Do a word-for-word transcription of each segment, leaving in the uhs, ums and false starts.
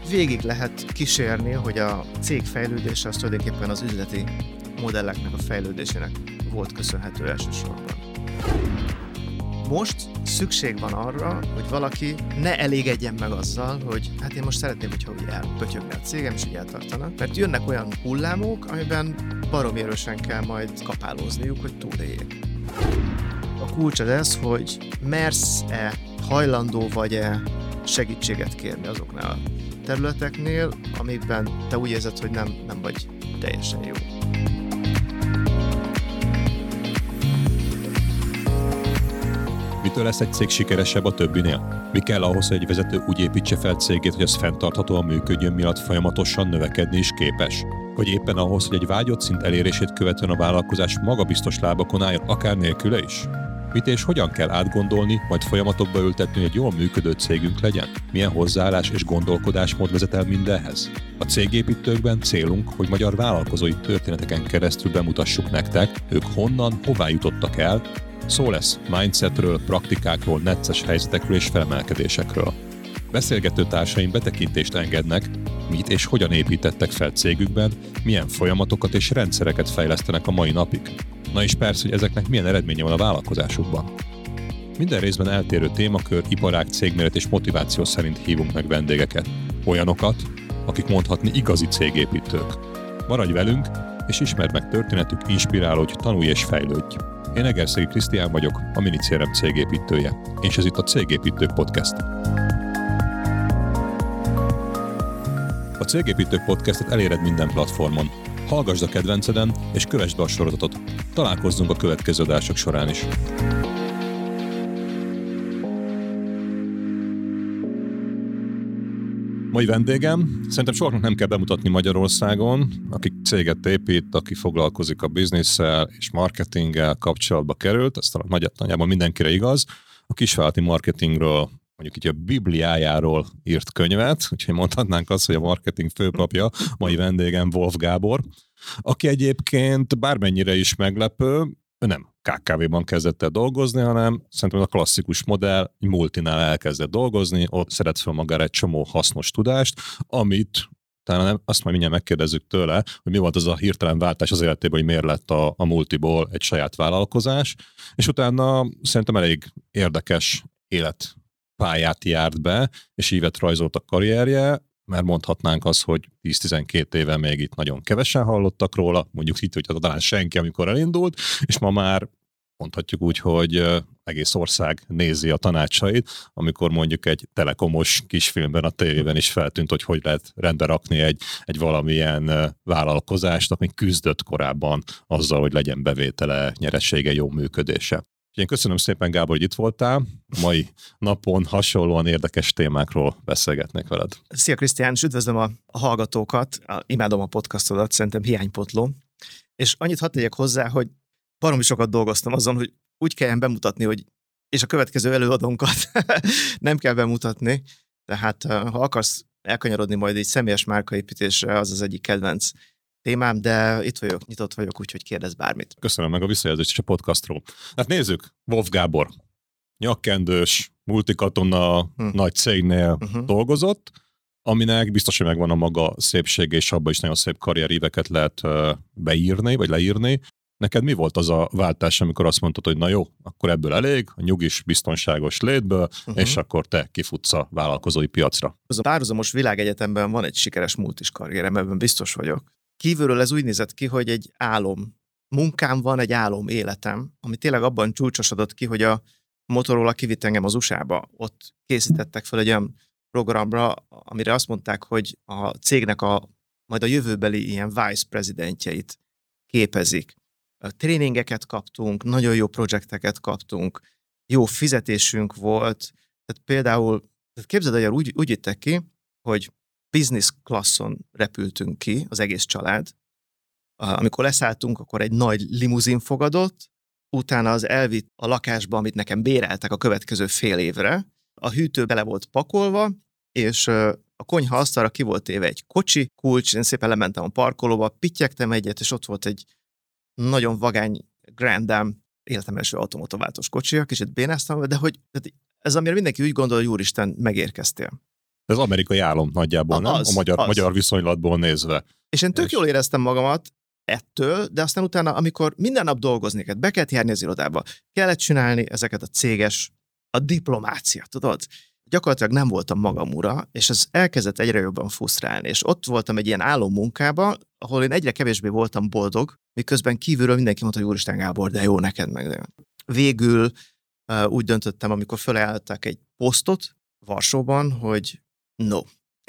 végig lehet kísérni, hogy a cég fejlődése az tulajdonképpen az üzleti modelleknek a fejlődésének volt köszönhető elsősorban. Most szükség van arra, hogy valaki ne elégedjen meg azzal, hogy hát én most szeretném, hogyha úgy elpötyögne a cégem, és így eltartana. Mert jönnek olyan hullámok, amiben baromi erősen kell majd kapálózniuk, hogy túléljék. A kulcs az ez, hogy mersz-e, hajlandó vagy-e segítséget kérni azoknál a területeknél, amikben te úgy érzed, hogy nem, nem vagy teljesen jó. Mitől lesz egy cég sikeresebb a többinél? Mi kell ahhoz, hogy egy vezető úgy építse fel cégét, hogy az fenntarthatóan működjön, miatt folyamatosan növekedni is képes? Vagy éppen ahhoz, hogy egy vágyott szint elérését követően a vállalkozás magabiztos lábakon álljon, akár nélküle is? Mit és hogyan kell átgondolni, majd folyamatokba ültetni, hogy egy jól működő cégünk legyen? Milyen hozzáállás és gondolkodásmód vezet el mindenhez? A cégépítőkben célunk, hogy magyar vállalkozói történeteken keresztül bemutassuk nektek, ők honnan, hová jutottak el. Szó lesz mindsetről, praktikákról, necces helyzetekről és felemelkedésekről. Beszélgető társaim betekintést engednek, mit és hogyan építettek fel cégükben, milyen folyamatokat és rendszereket fejlesztenek a mai napig. Na és persze, hogy ezeknek milyen eredménye van a vállalkozásukban. Minden részben eltérő témakör, iparág, cégméret és motiváció szerint hívunk meg vendégeket. Olyanokat, akik mondhatni igazi cégépítők. Maradj velünk, és ismerd meg történetük, inspirálódj, tanulj és fejlődj. Én Egerszegi Krisztián vagyok, a Minicérem cégépítője, és ez itt a Cégépítők Podcast. A Cégépítők Podcastet eléred minden platformon. Hallgasd a kedvenceden, és kövesd be a sorozatot. Találkozzunk a következő adások során is. Mai vendégem, szerintem sokaknak nem kell bemutatni Magyarországon, akik céget épít, aki foglalkozik a bizniszsel és marketinggel kapcsolatba került, ez talán nagyjából mindenkire igaz. A kisvállalati marketingről, mondjuk így a bibliájáról írt könyvet, úgyhogy mondhatnánk azt, hogy a marketing főpapja, mai vendégem Wolf Gábor, aki egyébként bármennyire is meglepő, ő nem ká ká vé-ban kezdett el dolgozni, hanem szerintem a klasszikus modell, egy multinál elkezdett dolgozni, ott szeret fel magára egy csomó hasznos tudást, amit talán nem, azt majd mindjárt megkérdezzük tőle, hogy mi volt az a hirtelen váltás az életében, hogy miért lett a, a multiból egy saját vállalkozás, és utána szerintem elég érdekes életpályát járt be, és ívet rajzolt a karrierje, mert mondhatnánk azt, hogy tíz-tizenkét éve még itt nagyon kevesen hallottak róla, mondjuk itt, hogy talán senki, amikor elindult, és ma már mondhatjuk úgy, hogy egész ország nézi a tanácsait, amikor mondjuk egy telekomos kisfilmben a tévében is feltűnt, hogy hogy lehet rendbe rakni egy, egy valamilyen vállalkozást, ami küzdött korábban azzal, hogy legyen bevétele, nyeresége, jó működése. Én köszönöm szépen, Gábor, hogy itt voltál. Mai napon hasonlóan érdekes témákról beszélgetnek veled. Szia Krisztián, és üdvözlöm a, a hallgatókat. Imádom a podcastodat, szerintem hiánypotló. És annyit hadd tegyek hozzá, hogy baromi sokat dolgoztam azon, hogy úgy kelljen bemutatni, hogy és a következő előadónkat nem kell bemutatni. Tehát ha akarsz elkanyarodni majd egy személyes márkaépítésre, az az egyik kedvenc témám, de itt vagyok, nyitott vagyok, úgyhogy kérdezz bármit. Köszönöm meg a visszajelzést is a podcastról. Hát nézzük, Wolf Gábor, nyakkendős, multikatona, hm. nagy cégnél uh-huh. dolgozott, aminek biztos, hogy megvan a maga szépsége, és abban is nagyon szép karrieríveket lehet beírni, vagy leírni. Neked mi volt az a váltás, amikor azt mondtad, hogy na jó, akkor ebből elég, a nyugis, biztonságos létből, uh-huh. és akkor te kifutsz a vállalkozói piacra? Az a párhuzamos világegyetemben van egy sikeres multis karrierem, ebben biztos vagyok. Kívülről ez úgy nézett ki, hogy egy álom munkám van, egy álom életem, ami tényleg abban csúcsosodott ki, hogy a Motorola kivitt engem az u es á-ba. Ott készítettek fel egy olyan programra, amire azt mondták, hogy a cégnek a, majd a jövőbeli ilyen vice presidentjeit képezik. Tréningeket kaptunk, nagyon jó projekteket kaptunk, jó fizetésünk volt. Tehát például, tehát képzeld, hogy úgy, úgy jöttek ki, hogy business classon repültünk ki, az egész család. Amikor leszálltunk, akkor egy nagy limuzin fogadott, utána az elvitt a lakásba, amit nekem béreltek a következő fél évre. A hűtő bele volt pakolva, és a konyha asztalra ki volt téve egy kocsi kulcs, én szépen lementem a parkolóba, pittyegtem egyet, és ott volt egy nagyon vagány Grand Dam, életem első automatováltós kocsia, kicsit bénáztam, de hogy ez amire mindenki úgy gondol, hogy úristen, megérkeztél. Ez amerikai álom nagyjából, nem? Az, a magyar, az. magyar viszonylatból nézve. És én tök és... jól éreztem magamat ettől, de aztán utána, amikor minden nap dolgozni kellett, be kellett járni az irodába, kellett csinálni ezeket a céges, a diplomácia, tudod? Gyakorlatilag nem voltam magam ura, és ez elkezdett egyre jobban frusztrálni. És ott voltam egy ilyen álommunkában, ahol én egyre kevésbé voltam boldog, miközben kívülről mindenki mondta, hogy úristen Gábor, de jó neked meg. Végül uh, úgy döntöttem, amikor fölálltak egy posztot Varsóban, hogy no.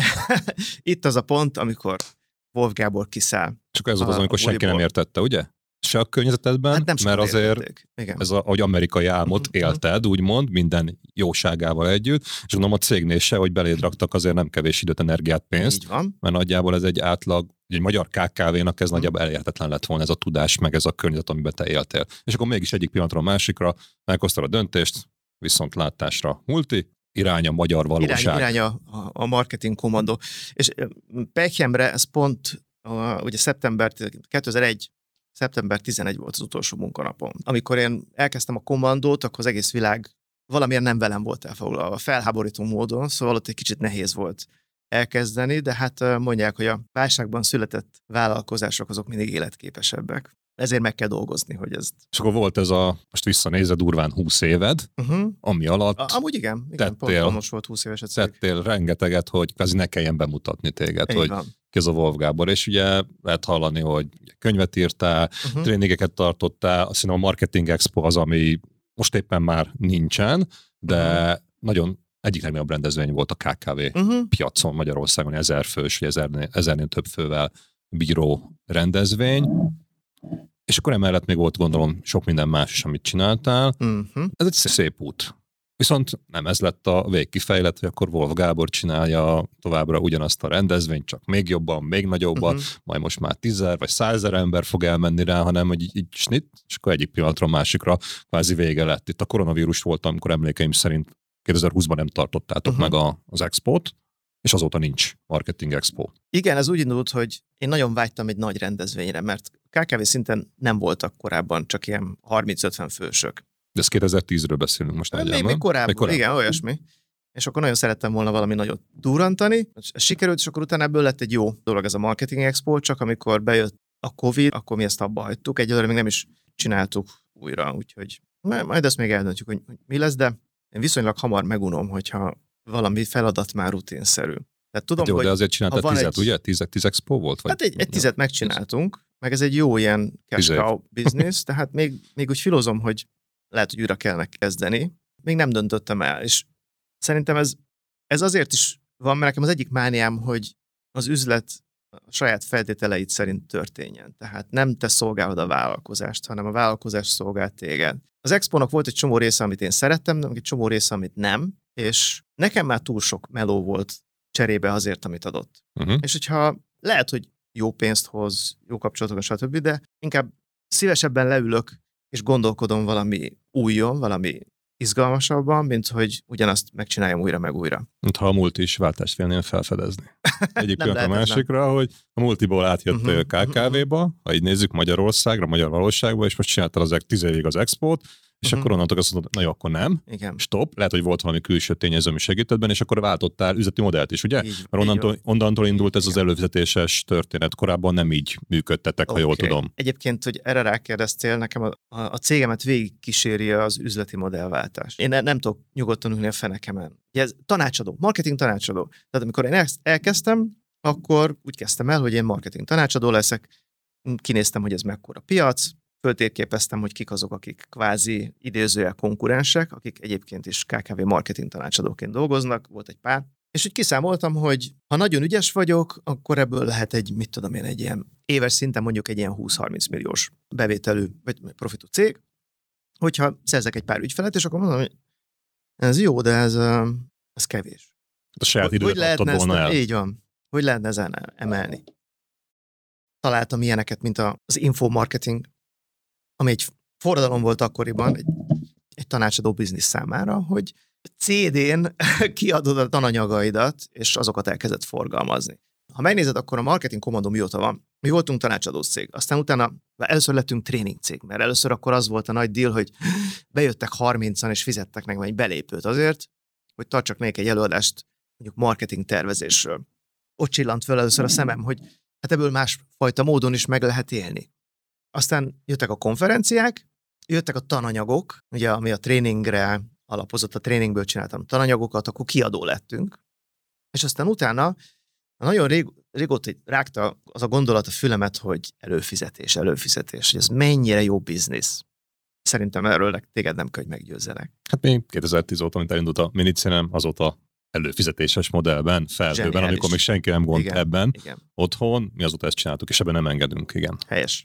Itt az a pont, amikor Wolf Gábor kiszáll. Csak ez volt az, amikor senki nem értette, ugye? Se a környezetedben, hát nem mert azért ez, a, ahogy amerikai álmot uh-huh. élted, úgymond, minden jóságával együtt, és gondolom a cégnél se, hogy beléd raktak azért nem kevés időt, energiát, pénzt, mert nagyjából ez egy átlag, egy magyar ká ká vénak ez uh-huh. nagyjából elérhetetlen lett volna ez a tudás, meg ez a környezet, amiben te éltél. És akkor mégis egyik pillanatról a másikra meghoztad a döntést, viszont látásra multi, irány a magyar valóság. Irány, irány a, a marketing kommandó. És Pekjemre ez pont a, ugye szeptember, kétezer-egy szeptember tizenegy volt az utolsó munkanapom. Amikor én elkezdtem a kommandót, akkor az egész világ valamiért nem velem volt elfoglalva, felháborító módon, szóval ott egy kicsit nehéz volt elkezdeni, de hát mondják, hogy a válságban született vállalkozások azok mindig életképesebbek. Ezért meg kell dolgozni, hogy ez... És akkor volt ez a, most visszanézve, durván húsz éved, uh-huh. ami alatt... A, amúgy igen, igen tettél, pont most volt húsz éves a cég. Tettél rengeteget, hogy kvázi ne kelljen bemutatni téged, Így hogy van. ki az a Wolf Gábor. És ugye lehet hallani, hogy könyvet írtál, uh-huh. tréningeket tartottál, azt hiszem a Marketing Expo az, ami most éppen már nincsen, de uh-huh. nagyon egyik legnagyobb rendezvény volt a ká ká vé uh-huh. piacon Magyarországon, ezer fős, vagy ezernél, ezernél több fővel bíró rendezvény. És akkor emellett még volt, gondolom, sok minden más is, amit csináltál. Uh-huh. Ez egy szép út. Viszont nem ez lett a végkifejlet, hogy akkor Wolf Gábor csinálja továbbra ugyanazt a rendezvényt, csak még jobban, még nagyobban, uh-huh. majd most már tízezer vagy százezer ember fog elmenni rá, hanem hogy így, így snit, és akkor egyik pillanatról másikra kvázi vége lett. Itt a koronavírus volt, amikor emlékeim szerint kétezer-húszban nem tartottátok uh-huh. meg a, az expót, és azóta nincs Marketing Expo. Igen, ez úgy indult, hogy én nagyon vágytam egy nagy rendezvényre, mert ká ká vé szinten nem voltak korábban csak ilyen harminc-ötven fősök. De ez kétezer-tízről beszélünk most nagyjából. Még, még korábban, még korábban, igen, olyasmi. És akkor nagyon szerettem volna valami nagyot durrantani. Ez sikerült, és akkor utána ebből lett egy jó dolog ez a Marketing Expo, csak amikor bejött a Covid, akkor mi ezt abba hagytuk. Egyelőre még nem is csináltuk újra, úgyhogy majd ezt még eldöntjük, hogy mi lesz, de én viszonylag hamar megunom, hogyha valami feladat már rutinszerű. Tehát tudom, hát jó, hogy de azért csináltad tizet, egy... ugye? Tíz, tíz expo volt? Vagy? Hát egy, egy tizet megcsináltunk, meg ez egy jó ilyen cash cow business, tehát még, még úgy filozom, hogy lehet, hogy újra kellene kezdeni. Még nem döntöttem el, és szerintem ez, ez azért is van, mert nekem az egyik mániám, hogy az üzlet a saját feltételeit szerint történjen. Tehát nem te szolgálod a vállalkozást, hanem a vállalkozás szolgál téged. Az expónak volt egy csomó része, amit én szerettem, de egy csomó része, amit nem, és nekem már túl sok meló volt cserébe azért, amit adott. Uh-huh. És hogyha lehet, hogy jó pénzt hoz, jó kapcsolatokat, stb., de inkább szívesebben leülök, és gondolkodom valami újon, valami izgalmasabban, mint hogy ugyanazt megcsináljam újra meg újra. Ha a multi is váltást félnél felfedezni. Egyik pillanat a másikra, nem. Hogy a multiból átjött uh-huh. ká ká véba, ha így nézzük Magyarországra, magyar valóságba, és most csináltál az tíz évig az expót, és uh-huh. akkor onnantól azt mondod, na jó, akkor nem. Igen. Stop. Lehet, hogy volt valami külső tényező, ami segített benne, és akkor váltottál üzleti modellt is, ugye? Így, Mert onnantól, onnantól indult ez igen. az előfizetéses történet. Korábban nem így működtetek, okay. ha jól tudom. Egyébként, hogy erre rákérdeztél, nekem a, a, a cégemet végig kíséri az üzleti modellváltás. Én ne, nem tudok nyugodtan ülni a fenekemen. Ez tanácsadó, marketing tanácsadó. Tehát amikor én ezt elkezdtem, akkor úgy kezdtem el, hogy én marketing tanácsadó leszek. Kinéztem, hogy ez mekkora piac, föltérképeztem, hogy kik azok, akik kvázi idézőjel konkurensek, akik egyébként is ká ká vé marketing tanácsadóként dolgoznak, volt egy pár, és úgy kiszámoltam, hogy ha nagyon ügyes vagyok, akkor ebből lehet egy, mit tudom én, egy ilyen éves szinten mondjuk egy ilyen húsz-harminc milliós bevételű, vagy profitú cég, hogyha szerzek egy pár ügyfelet, és akkor mondom, hogy ez jó, de ez, ez kevés. A saját időt adtad volna el. Így van. Hogy lehetne ezen emelni? Találtam ilyeneket, mint az infomarketing, ami egy forradalom volt akkoriban, egy, egy tanácsadó biznisz számára, hogy cé dén kiadod a tananyagaidat, és azokat elkezdett forgalmazni. Ha megnézed, akkor a marketing kommandó mióta van. Mi voltunk tanácsadó cég, aztán utána először lettünk tréning cég, mert először akkor az volt a nagy deal, hogy bejöttek harmincan, és fizettek nekem egy belépőt azért, hogy tartsak nekik egy előadást mondjuk marketing tervezésről. Ott csillant föl először a szemem, hogy hát ebből másfajta módon is meg lehet élni. Aztán jöttek a konferenciák, jöttek a tananyagok, ugye ami a tréningre alapozott, a tréningből csináltam tananyagokat, akkor kiadó lettünk. És aztán utána nagyon rég, régóta rágta az a gondolat a fülemet, hogy előfizetés, előfizetés, hogy ez mennyire jó biznisz. Szerintem erről téged nem kell, hogy meggyőzzenek. Hát még kétezer-tíz óta, mint elindult a minicinem, azóta előfizetéses modellben, felhőben, Zseniális. Amikor még senki nem gond igen, ebben. Igen. Otthon, mi azóta ezt csináltuk, és ebben nem engedünk, igen. Helyes.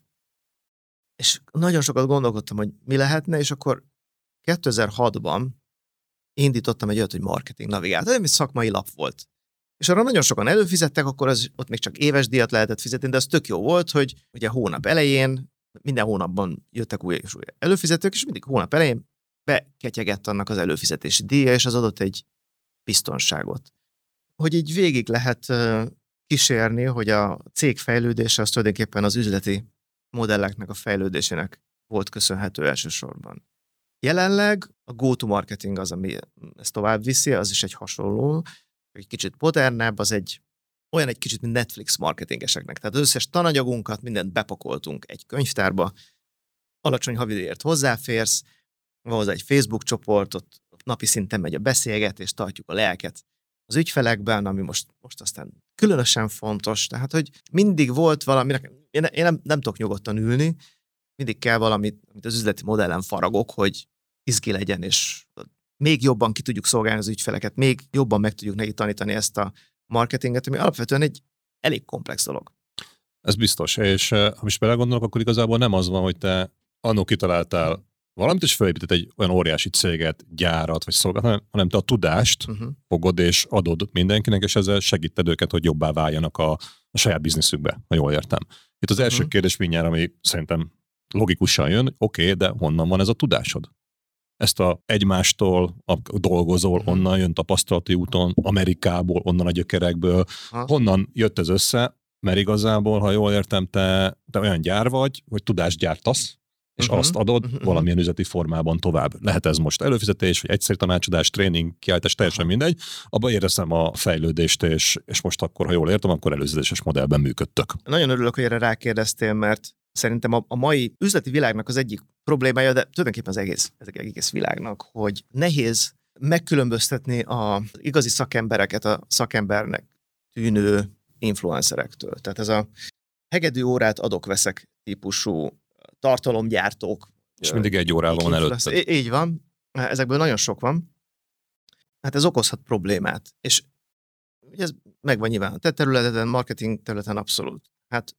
És nagyon sokat gondolkodtam, hogy mi lehetne, és akkor kétezer-hatban indítottam egy olyat, hogy marketing navigátor, ami szakmai lap volt. És arra nagyon sokan előfizettek, akkor az, ott még csak éves díjat lehetett fizetni, de az tök jó volt, hogy ugye hónap elején, minden hónapban jöttek új és új előfizetők, és mindig hónap elején beketyegett annak az előfizetési díja, és az adott egy biztonságot. Hogy így végig lehet kísérni, hogy a cég fejlődése az tulajdonképpen az üzleti modelleknek a fejlődésének volt köszönhető elsősorban. Jelenleg a go-to-marketing az, ami ezt tovább viszi, az is egy hasonló, egy kicsit modernebb, az egy olyan egy kicsit, mint Netflix marketingeseknek. Tehát az összes tananyagunkat, mindent bepakoltunk egy könyvtárba, alacsony havidíjért hozzáférsz, van hozzá egy Facebook csoport, ott napi szinten megy a beszélgetés, tartjuk a lelket az ügyfelekben, ami most, most aztán különösen fontos, tehát, hogy mindig volt valami, én, én nem, nem tudok nyugodtan ülni, mindig kell valamit, amit az üzleti modellen faragok, hogy izgi legyen, és még jobban ki tudjuk szolgálni az ügyfeleket, még jobban meg tudjuk neki tanítani ezt a marketinget, ami alapvetően egy elég komplex dolog. Ez biztos, és ha is belegondolok, akkor igazából nem az van, hogy te annó kitaláltál valamit, és felépített egy olyan óriási céget, gyárat, vagy szolgáltat, hanem te a tudást uh-huh. fogod és adod mindenkinek, és ezzel segíted őket, hogy jobbá váljanak a, a saját bizniszükbe, ha jól értem. Itt az első uh-huh. kérdés mindjárt, ami szerintem logikusan jön, oké, okay, de honnan van ez a tudásod? Ezt a egymástól a dolgozol, uh-huh. onnan jön tapasztalati úton, Amerikából, onnan a gyökerekből, uh-huh. honnan jött ez össze, mert igazából, ha jól értem, te, te olyan gyár vagy, hogy tudást gyártasz, és uh-huh. azt adod uh-huh. valamilyen üzleti formában tovább. Lehet ez most előfizetés, vagy egyszerű tanácsadás, tréning, kiállítás, teljesen uh-huh. mindegy. Abban éreztem a fejlődést, és, és most akkor, ha jól értem, akkor előfizetéses modellben működtök. Nagyon örülök, hogy erre rákérdeztél, mert szerintem a, a mai üzleti világnak az egyik problémája, de tulajdonképpen az egész, az egész világnak, hogy nehéz megkülönböztetni az igazi szakembereket a szakembernek tűnő influencerektől. Tehát ez a hegedű órát adok-veszek típusú tartalomgyártók. És mindig egy órában van előtted. Így van. Ezekből nagyon sok van. Hát ez okozhat problémát. És ez megvan nyilván a te területen, marketing területen abszolút. Hát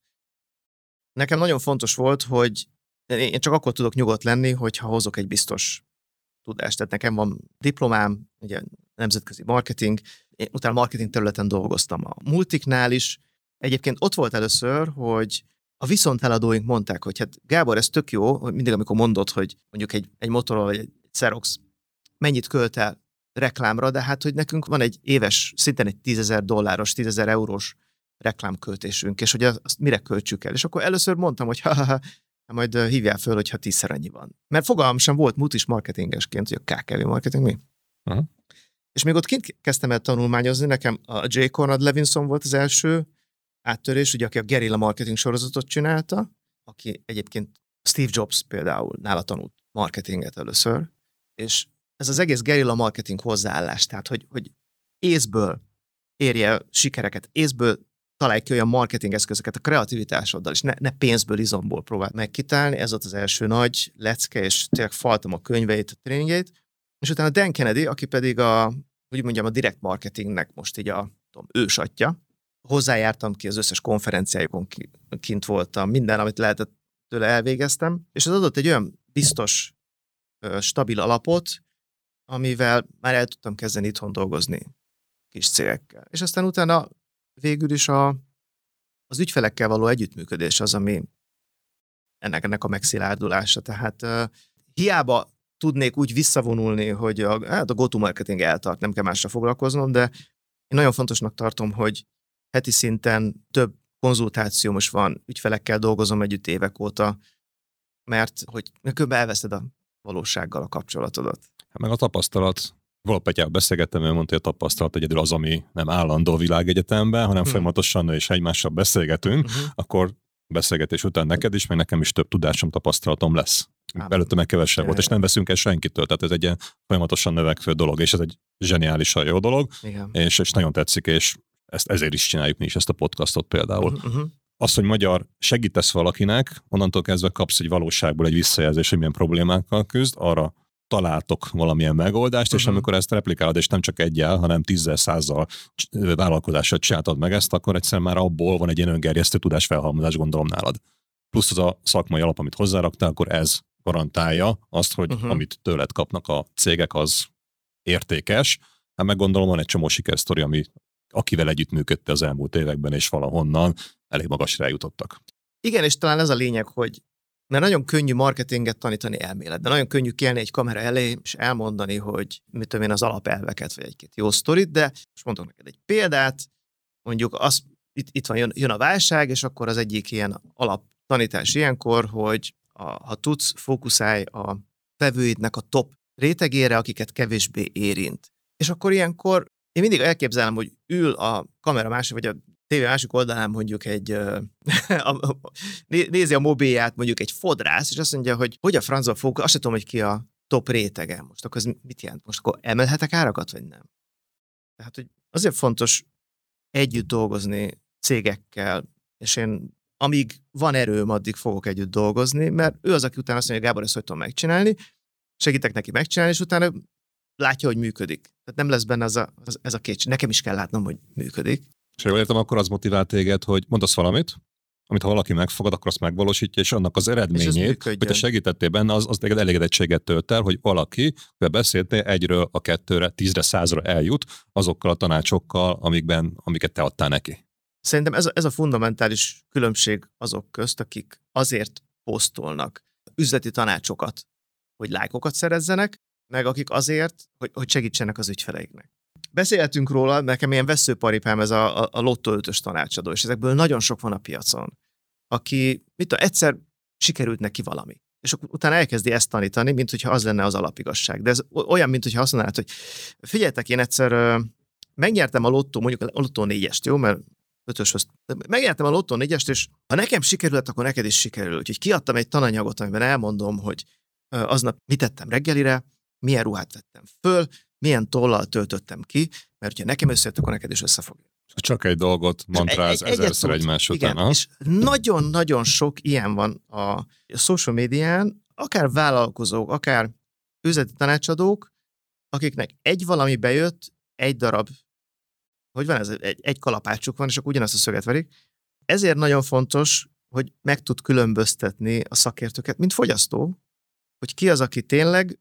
nekem nagyon fontos volt, hogy én csak akkor tudok nyugodt lenni, hogyha hozok egy biztos tudást. Tehát nekem van diplomám, ugye nemzetközi marketing, én utána marketing területen dolgoztam a multiknál is. Egyébként ott volt először, hogy a viszonteladóink mondták, hogy hát Gábor, ez tök jó, hogy mindig, amikor mondod, hogy mondjuk egy, egy Motorola vagy egy Xerox mennyit költ el reklámra, de hát, hogy nekünk van egy éves, szintén egy tízezer dolláros, tízezer eurós reklámköltésünk, és hogy azt mire költsük el. És akkor először mondtam, hogy ha, ha, ha majd hívjál föl, hogyha tízszer annyi van. Mert fogalmam sem volt multis marketingesként, hogy a ká ká vé marketing mi. Uh-huh. És még ott kint kezdtem el tanulmányozni, nekem a J. Conrad Levinson volt az első áttörés, ugye, aki a Guerrilla Marketing sorozatot csinálta, aki egyébként Steve Jobs például nála tanult marketinget először, és ez az egész Guerrilla Marketing hozzáállás, tehát hogy, hogy észből érje el sikereket, észből találj ki olyan marketing eszközöket a kreativitásoddal, és ne, ne pénzből, izomból próbáld meg kitálni, ez volt az első nagy lecke, és tényleg faltam a könyveit, a tréningjeit, és utána Dan Kennedy, aki pedig a, úgy mondjam, a direct marketingnek most így a tudom, ősatja, hozzájártam ki az összes konferenciájukon, kint voltam, minden, amit lehetett tőle elvégeztem, és ez adott egy olyan biztos, stabil alapot, amivel már el tudtam kezdeni itthon dolgozni kis cégekkel. És aztán utána végül is a, az ügyfelekkel való együttműködés az, ami ennek, ennek a megszilárdulása. Tehát uh, hiába tudnék úgy visszavonulni, hogy a, hát a go-to-marketing eltart, nem kell másra foglalkoznom, de én nagyon fontosnak tartom, hogy heti szinten több konzultációm is van, ügyfelekkel dolgozom együtt évek óta, mert hogy különben elveszted a valósággal a kapcsolatodat. Meg a tapasztalat Valapetyával beszélgettem, ő mondta, hogy a tapasztalat egyedül az, ami nem állandó a világegyetemben, hanem hmm. folyamatosan és egymással beszélgetünk, uh-huh. akkor beszélgetés után neked is, meg nekem is több tudásom, tapasztalatom lesz. Ám. Előtte meg kevesebb ja, volt, és nem veszünk el senkitől, tehát ez egy ilyen folyamatosan növekvő dolog, és ez egy zseniálisan jó dolog, és, és nagyon tetszik, és ezt, ezért is csináljuk mi is ezt a podcastot például. Uh-huh. Az, hogy magyar segítesz valakinek, onnantól kezdve kapsz egy valóságból egy visszajelzés, hogy milyen problémákkal küzd, arra találtok valamilyen megoldást, uh-huh. és amikor ezt replikálod, és nem csak egyel, hanem tízzel, százzal vállalkozással csináltad meg ezt, akkor egyszer már abból van egy ilyen öngerjesztő tudásfelhalmozás, gondolom nálad. Plusz az a szakmai alap, amit hozzáraktál, akkor ez garantálja azt, hogy uh-huh. amit tőled kapnak a cégek, az értékes. Hát meg gondolom, van egy csomó sikersztori, ami akivel együttműködte az elmúlt években, és valahonnan elég magasra eljutottak. Igen, és talán ez a lényeg, hogy mert nagyon könnyű marketinget tanítani elméletben, nagyon könnyű kiállni egy kamera elé, és elmondani, hogy mit tudom én, az alapelveket, vagy egy-két jó sztorit, de most mondok neked egy példát, mondjuk az, itt, itt van, jön, jön a válság, és akkor az egyik ilyen alaptanítás ilyenkor, hogy a, ha tudsz, fókuszálj a vevőidnek a top rétegére, akiket kevésbé érint. És akkor ilyenkor én mindig elképzelem, hogy ül a kamera másik, vagy a tévé másik oldalán mondjuk egy, nézi a mobilját mondjuk egy fodrász, és azt mondja, hogy hogy a francba fog, azt sem tudom, hogy ki a top rétege. Most akkor ez mit jelent? Most akkor emelhetek árakat, vagy nem? Tehát, hogy azért fontos együtt dolgozni cégekkel, és én amíg van erőm, addig fogok együtt dolgozni, mert ő az, aki utána azt mondja, Gábor, ezt hogy tudom megcsinálni, segítek neki megcsinálni, és utána látja, hogy működik. Tehát nem lesz benne az a, az, ez a kétség. Nekem is kell látnom, hogy működik. És jól értem, akkor az motivál téged, hogy mondasz valamit, amit ha valaki megfogad, akkor azt megvalósítja, és annak az eredményét, hogy te segítettél benne, az, az téged elégedettséget tölt el, hogy valaki, hogy beszéltél egyről a kettőre, tízre, százra eljut azokkal a tanácsokkal, amikben, amiket te adtál neki. Szerintem ez a, ez a fundamentális különbség azok közt, akik azért posztolnak üzleti tanácsokat, hogy lájkokat szerezzenek, meg akik azért, hogy, hogy segítsenek az ügyfeleiknek. Beszélhetünk róla, nekem ilyen veszőparipám ez a, a, a Lotto ötös tanácsadó, és ezekből nagyon sok van a piacon, aki mit tudom, egyszer sikerült neki valami, és akkor utána elkezdi ezt tanítani, mint hogyha az lenne az alapigasság. De ez olyan, mint hogyha azt mondanád, hogy figyeljetek, én egyszer uh, megnyertem a Lotto, mondjuk a Lotto négyest, jó, mert ötöshöz. Megnyertem a Lotto négyest, és ha nekem sikerült, akkor neked is sikerül. Úgyhogy kiadtam egy tananyagot, amiben elmondom, hogy uh, aznap mit tettem reggelire, milyen ruhát vettem föl, milyen tollal töltöttem ki, mert ha nekem összejött, akkor neked is össze fog. Csak egy dolgot mantráz egy, egy, ezerszer egymás után. Igen, és nagyon-nagyon sok ilyen van a social médián, akár vállalkozók, akár üzleti tanácsadók, akiknek egy valami bejött, egy darab, hogy van ez, egy, egy kalapácsuk van, és akkor ugyanazt a szöget verik. Ezért nagyon fontos, hogy meg tud különböztetni a szakértőket, mint fogyasztó, hogy ki az, aki tényleg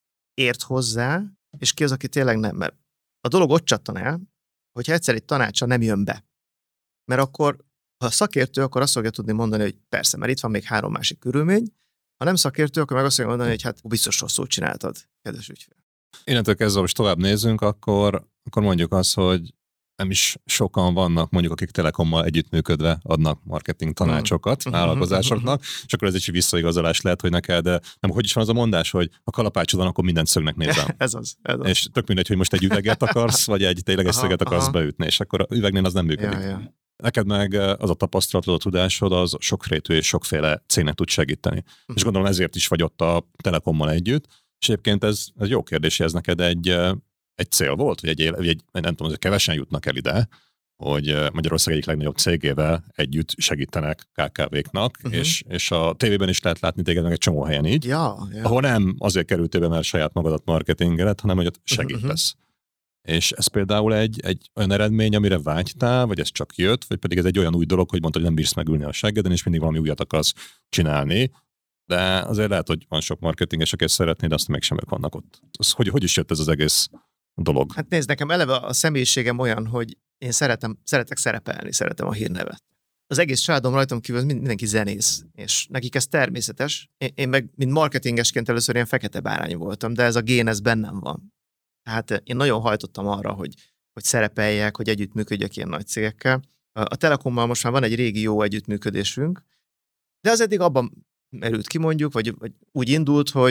ért hozzá, és ki az, aki tényleg nem. Mert a dolog ott csattan el, hogyha egyszer egy tanácsa nem jön be. Mert akkor, ha szakértő, akkor azt fogja tudni mondani, hogy persze, mert itt van még három másik körülmény, ha nem szakértő, akkor meg azt fogja mondani, hogy hát biztos rosszul csináltad, kedves ügyfél. Innentől kezdve, most tovább nézzünk, akkor, akkor mondjuk azt, hogy nem is sokan vannak, mondjuk akik Telekommal együttműködve adnak marketing tanácsokat mm. vállalkozásoknak, és akkor ez egy visszaigazolás lehet, hogy neked, de nem, hogy is van az a mondás, hogy ha kalapácsod van, akkor mindent szögnek nézem. ez az, ez az. És tök mindegy, hogy most egy üveget akarsz, vagy egy tényleges szöget akarsz aha. beütni, és akkor a üvegnél az nem működik. Ja, ja. Neked meg az a tapasztalatod, a tudásod, az sokrétű és sokféle cégnek tud segíteni. Mm. És gondolom ezért is vagy ott a Telekommal együtt, és egyébként ez, ez jó kérdés, ez neked egy egy cél volt, vagy egy, vagy egy nem tudom, hogy kevesen jutnak el ide, hogy Magyarország egyik legnagyobb cégével együtt segítenek ká ká véknak, uh-huh. és, és a tévében is lehet látni téged meg egy csomó helyen így, ja, ja. ahol nem azért kerültél be, mert saját magadat marketingeled, hanem hogy ott segítesz. Uh-huh. És ez például egy, egy olyan eredmény, amire vágytál, vagy ez csak jött, vagy pedig ez egy olyan új dolog, hogy mondtad, hogy nem bírsz megülni a seggeden, és mindig valami újat akarsz csinálni, de azért lehet, hogy van sok marketinges, aki ezt szeretné, de azt mégsem ők vannak ott. Az, hogy, hogy is jött ez az egész dolog? Hát nézd, nekem eleve a személyiségem olyan, hogy én szeretem, szeretek szerepelni, szeretem a hírnevet. Az egész családom rajtam kívül mindenki zenész, és nekik ez természetes. Én, én meg, mint marketingesként először ilyen fekete bárány voltam, de ez a gén, ez bennem van. Tehát én nagyon hajtottam arra, hogy, hogy szerepeljek, hogy együttműködjek ilyen nagy cégekkel. A Telekommal most már van egy régi jó együttműködésünk, de az eddig abban merült ki mondjuk, vagy, vagy úgy indult, hogy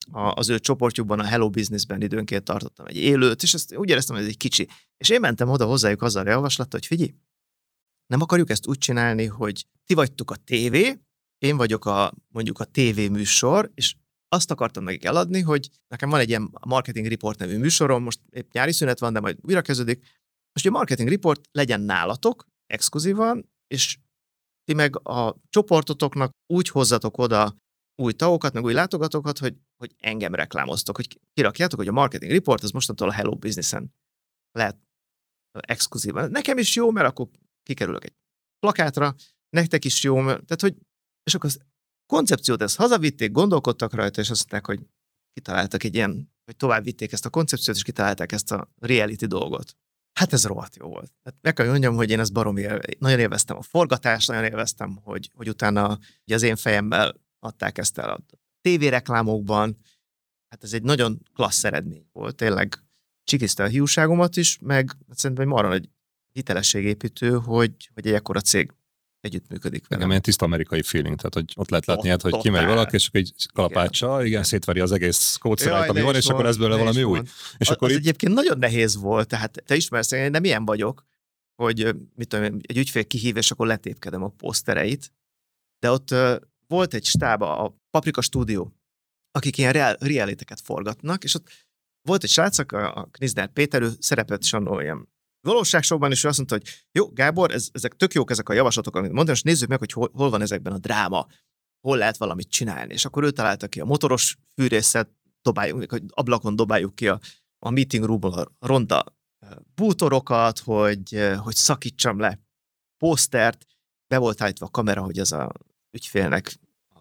az ő csoportjukban, a Hello Businessben időnként tartottam egy élőt, és ezt úgy éreztem, hogy ez egy kicsi. És én mentem oda hozzájuk azzal a javaslattal, hogy figyelj, nem akarjuk ezt úgy csinálni, hogy ti vagytok a tévé, én vagyok a, mondjuk a tévéműsor, és azt akartam nekik eladni, hogy nekem van egy ilyen Marketing Report nevű műsorom, most épp nyári szünet van, de majd újra kezdődik. Most a Marketing Report legyen nálatok, exkluzívan, és ti meg a csoportotoknak úgy hozzatok oda új tagokat, meg új látogatókat, hogy, hogy engem reklámoztok, hogy kirakjátok, hogy a Marketing Report az mostantól a Hello Business-en lehet exkluzívan. Nekem is jó, mert akkor kikerülök egy plakátra, nektek is jó, mert, tehát hogy, és akkor az koncepciót ezt hazavitték, gondolkodtak rajta, és azt mondták, hogy kitaláltak egy ilyen, hogy tovább vitték ezt a koncepciót, és kitalálták ezt a reality dolgot. Hát ez rohadt jó volt. Hát meg kell mondjam, hogy én ezt baromi él, nagyon élveztem a forgatást, nagyon élveztem, hogy, hogy utána ugye az én fejemmel adták ezt el a tévéreklámokban. Hát ez egy nagyon klassz eredmény volt. Tényleg csikizte a hiúságomat is, meg szerintem marha egy hitelességépítő, hogy, hogy egy ekkora cég együttműködik velem. Nekem ilyen tiszta amerikai feeling, tehát hogy ott lehet látni, hát, hogy Totál. kimegy valaki, és akkor egy kalapácsa, igen, igen, szétveri az egész kódszerájt, ami van, és akkor ez belőle valami új. És az, akkor az itt... egyébként nagyon nehéz volt, tehát te ismersz, én nem ilyen vagyok, hogy mit tudom, egy ügyfél kihív, és akkor letépkedem a posztereit, de ott uh, volt egy stáb, a Paprika Stúdió, akik ilyen real, realiteket forgatnak, és ott volt egy srác, a Knizdár Péter, ő szerepelt is annól ilyen valóságsóban, és ő azt mondta, hogy jó, Gábor, ez, ezek tök jók ezek a javaslatok, amit mondtam, és nézzük meg, hogy hol, hol van ezekben a dráma, hol lehet valamit csinálni. És akkor ő találta ki a motoros fűrészet, dobáljuk, hogy ablakon dobáljuk ki a, a meeting roomból a ronda bútorokat, hogy, hogy szakítsam le posztert, be volt állítva a kamera, hogy ez a ügyfélnek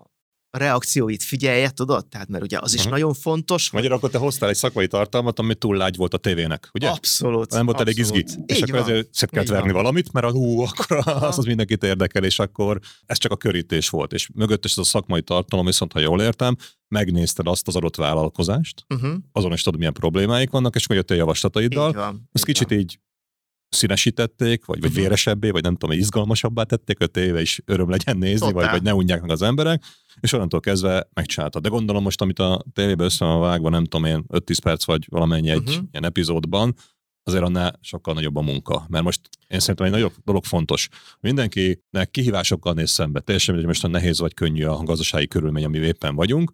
a reakcióit figyelje, tudod? Tehát, mert ugye az is uh-huh. nagyon fontos. Magyarul akkor te hoztál egy szakmai tartalmat, ami túl lágy volt a tévének, ugye? Abszolút. Nem volt elég izgi. És akkor ezért szét kellett verni valamit, mert hú, akkor az, az mindenkit érdekel, és akkor ez csak a körítés volt. És mögött is ez a szakmai tartalom, viszont ha jól értem, megnézted azt az adott vállalkozást, uh-huh. azon is tudod, milyen problémáik vannak, és akkor jöttél javaslataiddal. Így van, ezt így kicsit van. Így színesítették, vagy, vagy uh-huh. véresebbé, vagy nem tudom, izgalmasabbá tették, hogy tévé is öröm legyen nézni, vagy, vagy ne unják meg az emberek, és onnantól kezdve megcsináltad. De gondolom most, amit a tévében össze van vágva, nem tudom én, öt-tíz perc, vagy valamennyi egy uh-huh. ilyen epizódban, azért annál sokkal nagyobb a munka. Mert most én szerintem egy nagyobb dolog fontos. Mindenkinek kihívásokkal néz szembe. Teljesen mindegy, most nehéz vagy könnyű a gazdasági körülmény, amiben éppen vagyunk,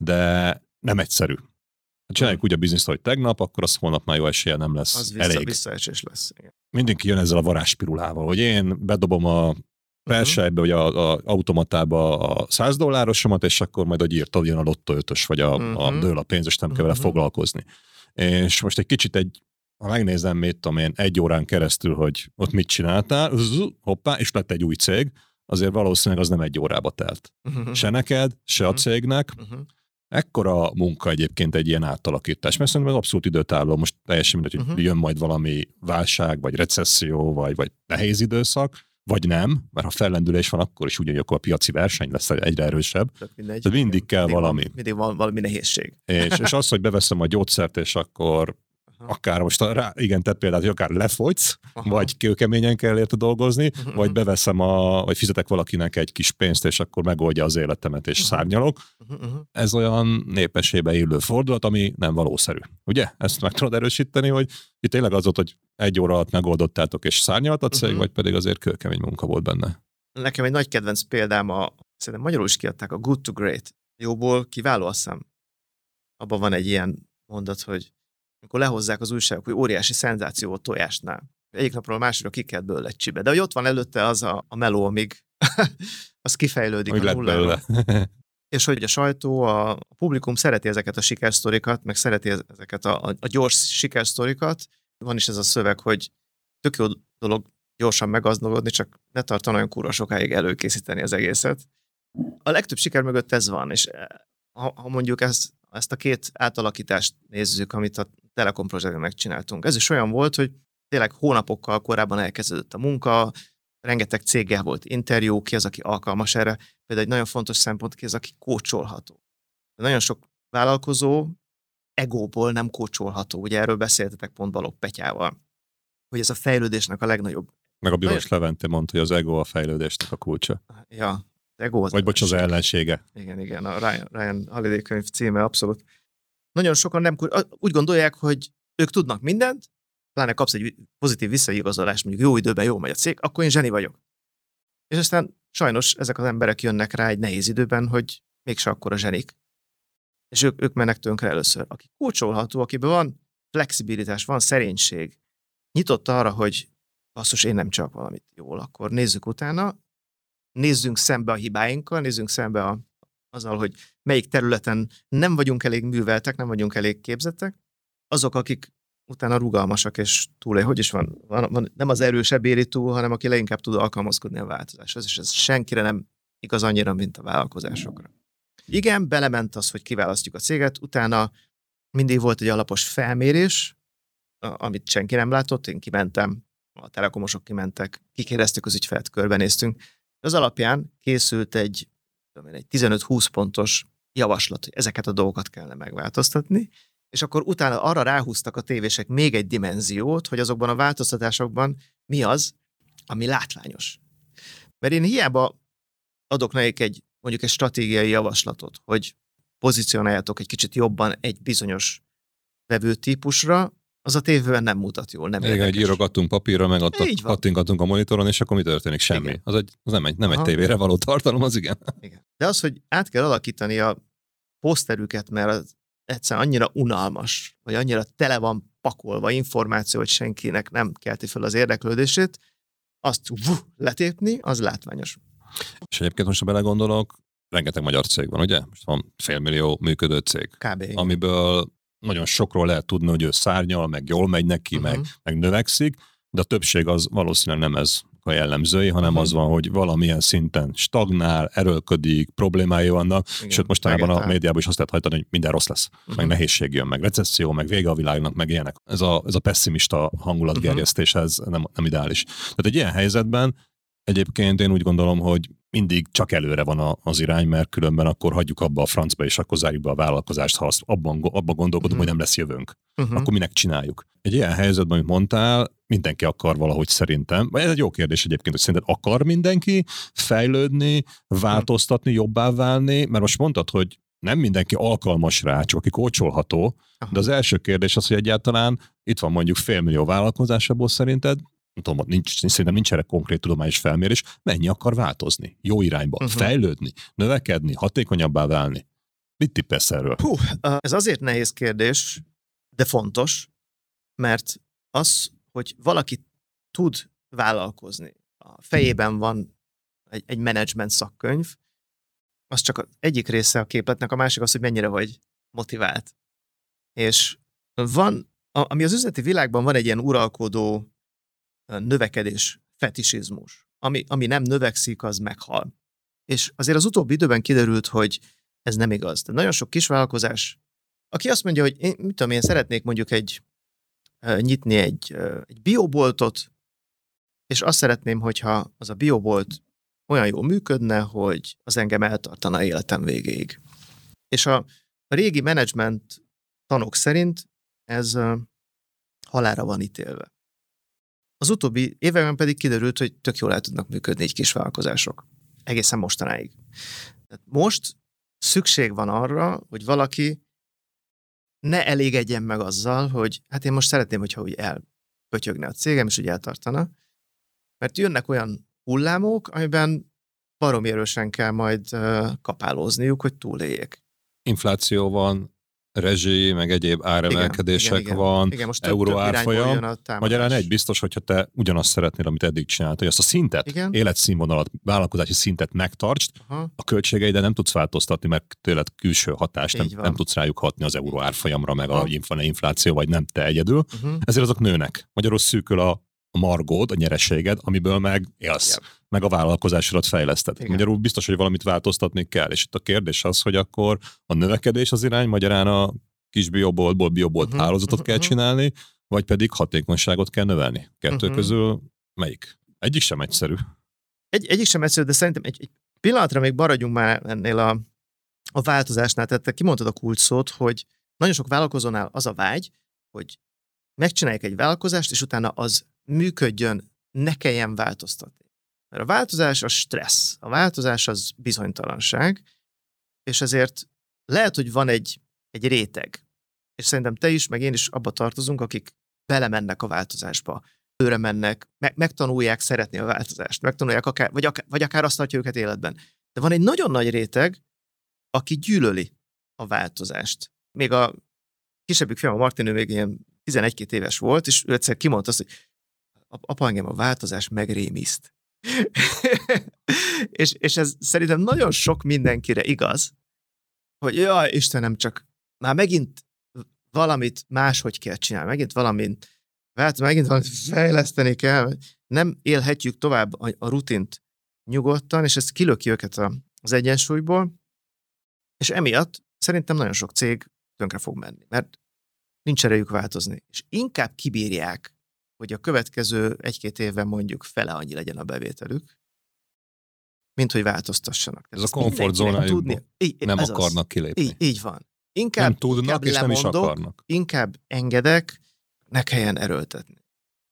de nem egyszerű. Ha csináljuk úgy a bizniszt, hogy tegnap, akkor az holnap már jó esélye nem lesz az vissza, elég. Visszaesés lesz. Igen. Mindenki jön ezzel a varázspirulával, hogy én bedobom a persejbe, vagy a, a automatába a száz dollárosomat, és akkor majd, hogy írtad, jön a Lotto ötös, vagy a, uh-huh. a dől a pénz, és nem kell vele uh-huh. foglalkozni. És most egy kicsit egy, ha megnézem, mit tudom én, egy órán keresztül, hogy ott mit csináltál, hoppá, és lett egy új cég, azért valószínűleg az nem egy órába telt. Uh-huh. Se neked, se a cégnek. Uh-huh. Ekkora munka egyébként egy ilyen átalakítás, mert szerintem ez abszolút időtálló, most teljesen mindegy, hogy uh-huh. jön majd valami válság, vagy recesszió, vagy, vagy nehéz időszak, vagy nem, mert ha fellendülés van, akkor is ugyanúgy akkor a piaci verseny lesz egyre erősebb. Mindegy, de mindig igen, kell mindig valami. Van, mindig van valami nehézség. És, és az, hogy beveszem a gyógyszert, és akkor aha. akár most, rá, igen, te például, hogy akár lefogysz, aha. vagy kőkeményen kell érte dolgozni, uh-huh. vagy beveszem, a, vagy fizetek valakinek egy kis pénzt, és akkor megoldja az életemet, és uh-huh. szárnyalok. Uh-huh. Ez olyan népességbe élő fordulat, ami nem valószerű. Ugye? Ezt meg tudod erősíteni, hogy itt tényleg az volt, hogy egy óra alatt megoldottátok, és szárnyalt a cég, uh-huh. vagy pedig azért kőkemény munka volt benne. Nekem egy nagy kedvenc példám, a, szerintem magyarul is kiadták, a Good to Great. Jóból kiváló, azt hiszem. Abban van egy ilyen mondat, hogy amikor lehozzák az újságok, hogy óriási szenzáció volt tojásnál. Egyik napról a másikra kikelt belőle egy csibe. De hogy ott van előtte az a, a meló, amíg az kifejlődik hogy a nullára. És hogy a sajtó, a, a publikum szereti ezeket a sikersztorikat, meg szereti ezeket a, a, a gyors sikersztorikat. Van is ez a szöveg, hogy tök jó dolog gyorsan meggazdagodni, csak ne tartan olyan kurva sokáig előkészíteni az egészet. A legtöbb siker mögött ez van, és ha, ha mondjuk ezt, ezt a két átalakítást nézzük, amit a Telekom projektben megcsináltunk. Ez is olyan volt, hogy tényleg hónapokkal korábban elkezdődött a munka, rengeteg céggel volt interjú, ki az, aki alkalmas erre. Például egy nagyon fontos szempont, ki az, aki kócsolható. Nagyon sok vállalkozó egóból nem kócsolható. Ugye erről beszéltetek pont Balogh Petyával, hogy ez a fejlődésnek a legnagyobb. Meg a Bilos Levente mondta, hogy az ego a fejlődésnek a kulcsa. Ja, az ego az. Vagy bocs, az ellensége. Igen, igen, a Ryan, Ryan Holiday könyv címe abszolút. nagyon sokan nem úgy gondolják, hogy ők tudnak mindent, pláne kapsz egy pozitív visszaigazolást, mondjuk jó időben jól megy a cég, akkor én zseni vagyok. És aztán sajnos ezek az emberek jönnek rá egy nehéz időben, hogy mégse akkora zsenik. És ők, ők mennek tönkre először. Aki kulcsolható, akiben van flexibilitás, van szerénység, nyitott arra, hogy basszus, én nem csak valamit jól, akkor nézzük utána, nézzünk szembe a hibáinkkal, nézzünk szembe a, azzal, hogy melyik területen nem vagyunk elég műveltek, nem vagyunk elég képzettek, azok, akik utána rugalmasak és túl, hogy is van, van, van, nem az erősebb éri túl, hanem aki leginkább tud alkalmazkodni a változáshoz, és ez senkire nem igaz annyira, mint a vállalkozásokra. Igen, belement az, hogy kiválasztjuk a céget, utána mindig volt egy alapos felmérés, amit senki nem látott, én kimentem, a telekomosok kimentek, kikérdeztük az ügyfelet, körbenéztünk. Az alapján készült egy, egy tizenöt-húsz pontos javaslat, hogy ezeket a dolgokat kellene megváltoztatni, és akkor utána arra ráhúztak a tévések még egy dimenziót, hogy azokban a változtatásokban mi az, ami látványos. Mert én hiába adok nekik egy, mondjuk egy stratégiai javaslatot, hogy pozícionáljátok egy kicsit jobban egy bizonyos vevőtípusra, az a tévében nem mutat jól, nem érdekes. Igen, egy írogatunk papírra, meg ott kattingatunk a monitoron, és akkor mi történik? Semmi. Igen. Az, egy, az nem egy, nem egy tévére való tartalom, az igen. igen. De az, hogy át kell alakítani a poszterüket, mert az egyszerűen annyira unalmas, vagy annyira tele van pakolva információ, hogy senkinek nem kelti fel az érdeklődését, azt vuh, letépni, az látványos. És egyébként most, ha belegondolok, rengeteg magyar cég van, ugye? Most van félmillió működő cég. Kb. Amiből nagyon sokról lehet tudni, hogy ő szárnyal, meg jól megy neki, uh-huh. meg, meg növekszik, de a többség az valószínűleg nem ez a jellemzői, hanem uh-huh. az van, hogy valamilyen szinten stagnál, erőlködik, problémái vannak, igen, sőt mostanában a médiában is azt lehet hajtani, hogy minden rossz lesz, uh-huh. meg nehézség jön, meg recesszió, meg vége a világnak, meg ilyenek. Ez a, ez a pessimista hangulatgerjesztés, ez nem, nem ideális. Tehát egy ilyen helyzetben egyébként én úgy gondolom, hogy mindig csak előre van az irány, mert különben akkor hagyjuk abba a francba, és akkor zárjuk be a vállalkozást, ha azt abban, abban gondolkodunk, uh-huh. hogy nem lesz jövőnk. Uh-huh. Akkor minek csináljuk? Egy ilyen helyzetben, amit mondtál, mindenki akar valahogy szerintem, vagy ez egy jó kérdés egyébként, hogy szerinted akar mindenki fejlődni, változtatni, jobbá válni, mert most mondtad, hogy nem mindenki alkalmas rá, csak aki kócsolható, uh-huh. de az első kérdés az, hogy egyáltalán itt van mondjuk félmillió vállalkozásából szerinted, nem tudom, nincs, szerintem nincs erre konkrét tudományos felmérés, mennyi akar változni, jó irányba, uh-huh. fejlődni, növekedni, hatékonyabbá válni. Mit tippelsz erről? Hú, ez azért nehéz kérdés, de fontos, mert az, hogy valaki tud vállalkozni, a fejében van egy, egy menedzsment szakkönyv, az csak az egyik része a képletnek, a másik az, hogy mennyire vagy motivált. És van, ami az üzleti világban van egy ilyen uralkodó növekedés, fetisizmus. Ami, ami nem növekszik, az meghal. És azért az utóbbi időben kiderült, hogy ez nem igaz. De nagyon sok kisvállalkozás, aki azt mondja, hogy én, mit tudom, én szeretnék mondjuk egy uh, nyitni egy, uh, egy bioboltot, és azt szeretném, hogyha az a biobolt olyan jól működne, hogy az engem eltartana életem végéig. És a, a régi menedzsment tanok szerint ez uh, halálra van ítélve. Az utóbbi években pedig kiderült, hogy tök jól el tudnak működni egy kis vállalkozások. Egészen mostanáig. Most szükség van arra, hogy valaki ne elégedjen meg azzal, hogy hát én most szeretném, hogyha úgy elpötyögne a cégem, és úgy eltartana. Mert jönnek olyan hullámok, amiben baromi erősen kell majd uh, kapálózniuk, hogy túléljék. Infláció van, rezsi, meg egyéb áremelkedések igen, igen, van, igen, most euró árfolyam. Magyarán egy biztos, hogyha te ugyanazt szeretnél, amit eddig csinált, hogy azt a szintet, igen? életszínvonalat, vállalkozási szintet megtartsd, aha. a költségeide nem tudsz változtatni, mert tőled külső hatást nem, nem tudsz rájuk hatni az euró árfolyamra, meg aha. a infláció, vagy nem te egyedül. Uh-huh. Ezért azok nőnek. Magyarul szűkül a a margód, a nyereséged, amiből meg élsz, yep. meg a vállalkozásodat fejleszted. Igen. Magyarul biztos, hogy valamit változtatni kell, és itt a kérdés az, hogy akkor a növekedés az irány, magyarán a kis bioboltból biobolt uh-huh. hálózatot uh-huh. kell csinálni, vagy pedig hatékonyságot kell növelni. Kettő uh-huh. közül melyik? Egyik sem egyszerű. Egy, egyik sem egyszerű, de szerintem egy, egy pillanatra még maradjunk már ennél a, a változásnál. Tehát te kimondtad a kulcsszót, hogy nagyon sok vállalkozónál az a vágy, hogy megcsinálják egy vállalkozást, és utána az működjön, ne kelljen változtatni. Mert a változás az stressz, a változás az bizonytalanság, és ezért lehet, hogy van egy, egy réteg és szerintem te is, meg én is abba tartozunk, akik belemennek a változásba, őre mennek, meg, megtanulják szeretni a változást, megtanulják akár, vagy, akár, vagy akár azt tartja őket életben. De van egy nagyon nagy réteg, aki gyűlöli a változást. Még a kisebbik fiam, a Martin, ő még ilyen tizenegy-két éves volt, és ő egyszer kimondta azt, hogy apa, engem a változás megrémiszt. és, és ez szerintem nagyon sok mindenkire igaz, hogy jaj, Istenem, csak már megint valamit máshogy kell csinálni, megint valamit, megint valamit fejleszteni kell, nem élhetjük tovább a, a rutint nyugodtan, és ez kilöki őket a, az egyensúlyból, és emiatt szerintem nagyon sok cég tönkre fog menni, mert nincs erejük változni, és inkább kibírják, hogy a következő egy-két évben mondjuk fele annyi legyen a bevételük, mint hogy változtassanak. Ez a komfortzónájukból nem akarnak az. kilépni. Így, így van. Inkább, nem tudnak, inkább és lemondok, nem is akarnak. Inkább engedek, ne kelljen erőltetni.